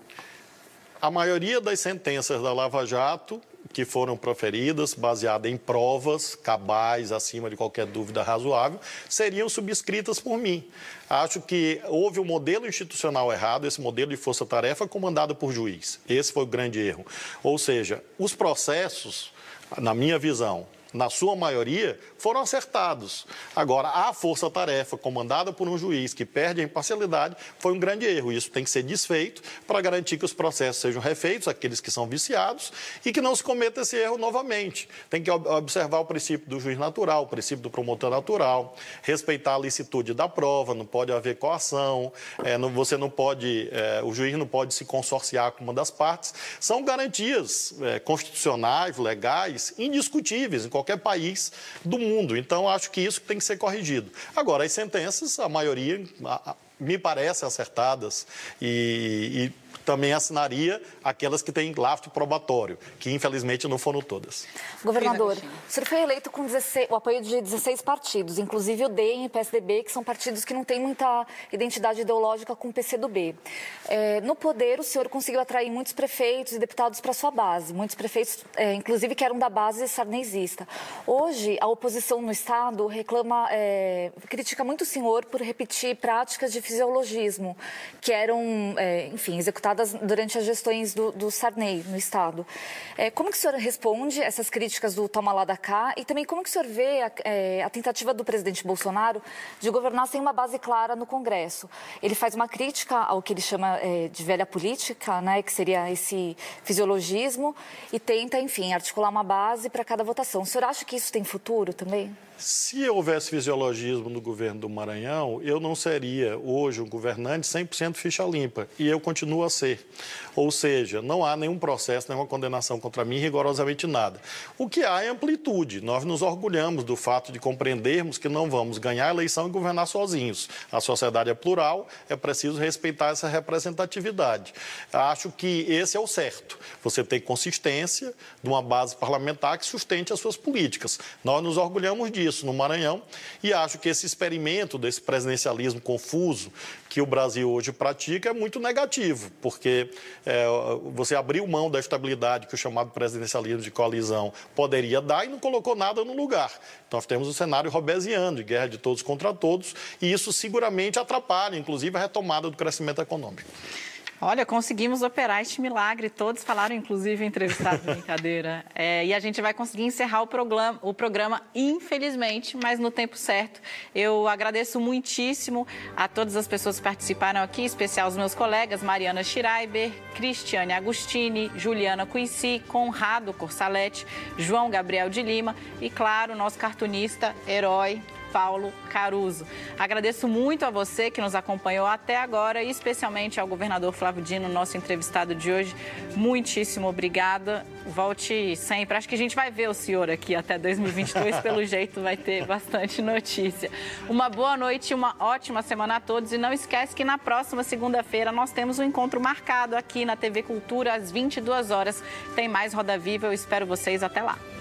A maioria das sentenças da Lava Jato que foram proferidas, baseadas em provas cabais, acima de qualquer dúvida razoável, seriam subscritas por mim. Acho que houve um modelo institucional errado, esse modelo de força-tarefa comandado por juiz. Esse foi o grande erro. Ou seja, os processos, na minha visão, na sua maioria, foram acertados. Agora, a força-tarefa comandada por um juiz que perde a imparcialidade foi um grande erro. Isso tem que ser desfeito para garantir que os processos sejam refeitos, aqueles que são viciados, e que não se cometa esse erro novamente. Tem que observar o princípio do juiz natural, o princípio do promotor natural, respeitar a licitude da prova, não pode haver coação, é, não, você não pode, é, o juiz não pode se consorciar com uma das partes. São garantias é, constitucionais, legais, indiscutíveis em qualquer país do mundo. Então, acho que isso tem que ser corrigido. Agora, as sentenças, a maioria, me parecem acertadas e, e também assinaria aquelas que têm lastro probatório, que infelizmente não foram todas. Governador, o senhor foi eleito com dezesseis, o apoio de dezesseis partidos, inclusive o D E M e o P S D B, que são partidos que não têm muita identidade ideológica com o P C do B. É, no poder, o senhor conseguiu atrair muitos prefeitos e deputados para sua base, muitos prefeitos, é, inclusive, que eram da base sarnezista. Hoje, a oposição no Estado reclama, é, critica muito o senhor por repetir práticas de fisiologismo, que eram, é, enfim, executadas durante as gestões do, do Sarney no Estado. É, como que o senhor responde essas críticas do toma lá da cá e também como que o senhor vê a, é, a tentativa do presidente Bolsonaro de governar sem uma base clara no Congresso? Ele faz uma crítica ao que ele chama é, de velha política, né, que seria esse fisiologismo, e tenta, enfim, articular uma base para cada votação. O senhor acha que isso tem futuro também? Se houvesse fisiologismo no governo do Maranhão, eu não seria hoje um governante cem por cento ficha limpa, e eu continuo a ser. Ou seja, não há nenhum processo, nenhuma condenação contra mim, rigorosamente nada. O que há é amplitude. Nós nos orgulhamos do fato de compreendermos que não vamos ganhar a eleição e governar sozinhos. A sociedade é plural, é preciso respeitar essa representatividade. Acho que esse é o certo. Você tem consistência de uma base parlamentar que sustente as suas políticas. Nós nos orgulhamos disso no Maranhão e acho que esse experimento desse presidencialismo confuso que o Brasil hoje pratica é muito negativo, porque é, você abriu mão da estabilidade que o chamado presidencialismo de coalizão poderia dar e não colocou nada no lugar. Então, nós temos um cenário robesiano, de guerra de todos contra todos, e isso seguramente atrapalha, inclusive, a retomada do crescimento econômico. Olha, conseguimos operar este milagre. Todos falaram, inclusive, entrevistados, brincadeira. É, e a gente vai conseguir encerrar o programa, o programa, infelizmente, mas no tempo certo. Eu agradeço muitíssimo a todas as pessoas que participaram aqui, em especial os meus colegas Mariana Schreiber, Cristiane Agostini, Juliana Cuici, Conrado Corsalete, João Gabriel de Lima e, claro, nosso cartunista, herói, Paulo Caruso. Agradeço muito a você que nos acompanhou até agora e especialmente ao governador Flávio Dino, nosso entrevistado de hoje. Muitíssimo obrigada. Volte sempre. Acho que a gente vai ver o senhor aqui até dois mil e vinte e dois, pelo jeito vai ter bastante notícia. Uma boa noite e uma ótima semana a todos. E não esquece que na próxima segunda-feira nós temos um encontro marcado aqui na T V Cultura às vinte e duas horas. Tem mais Roda Viva. Eu espero vocês até lá.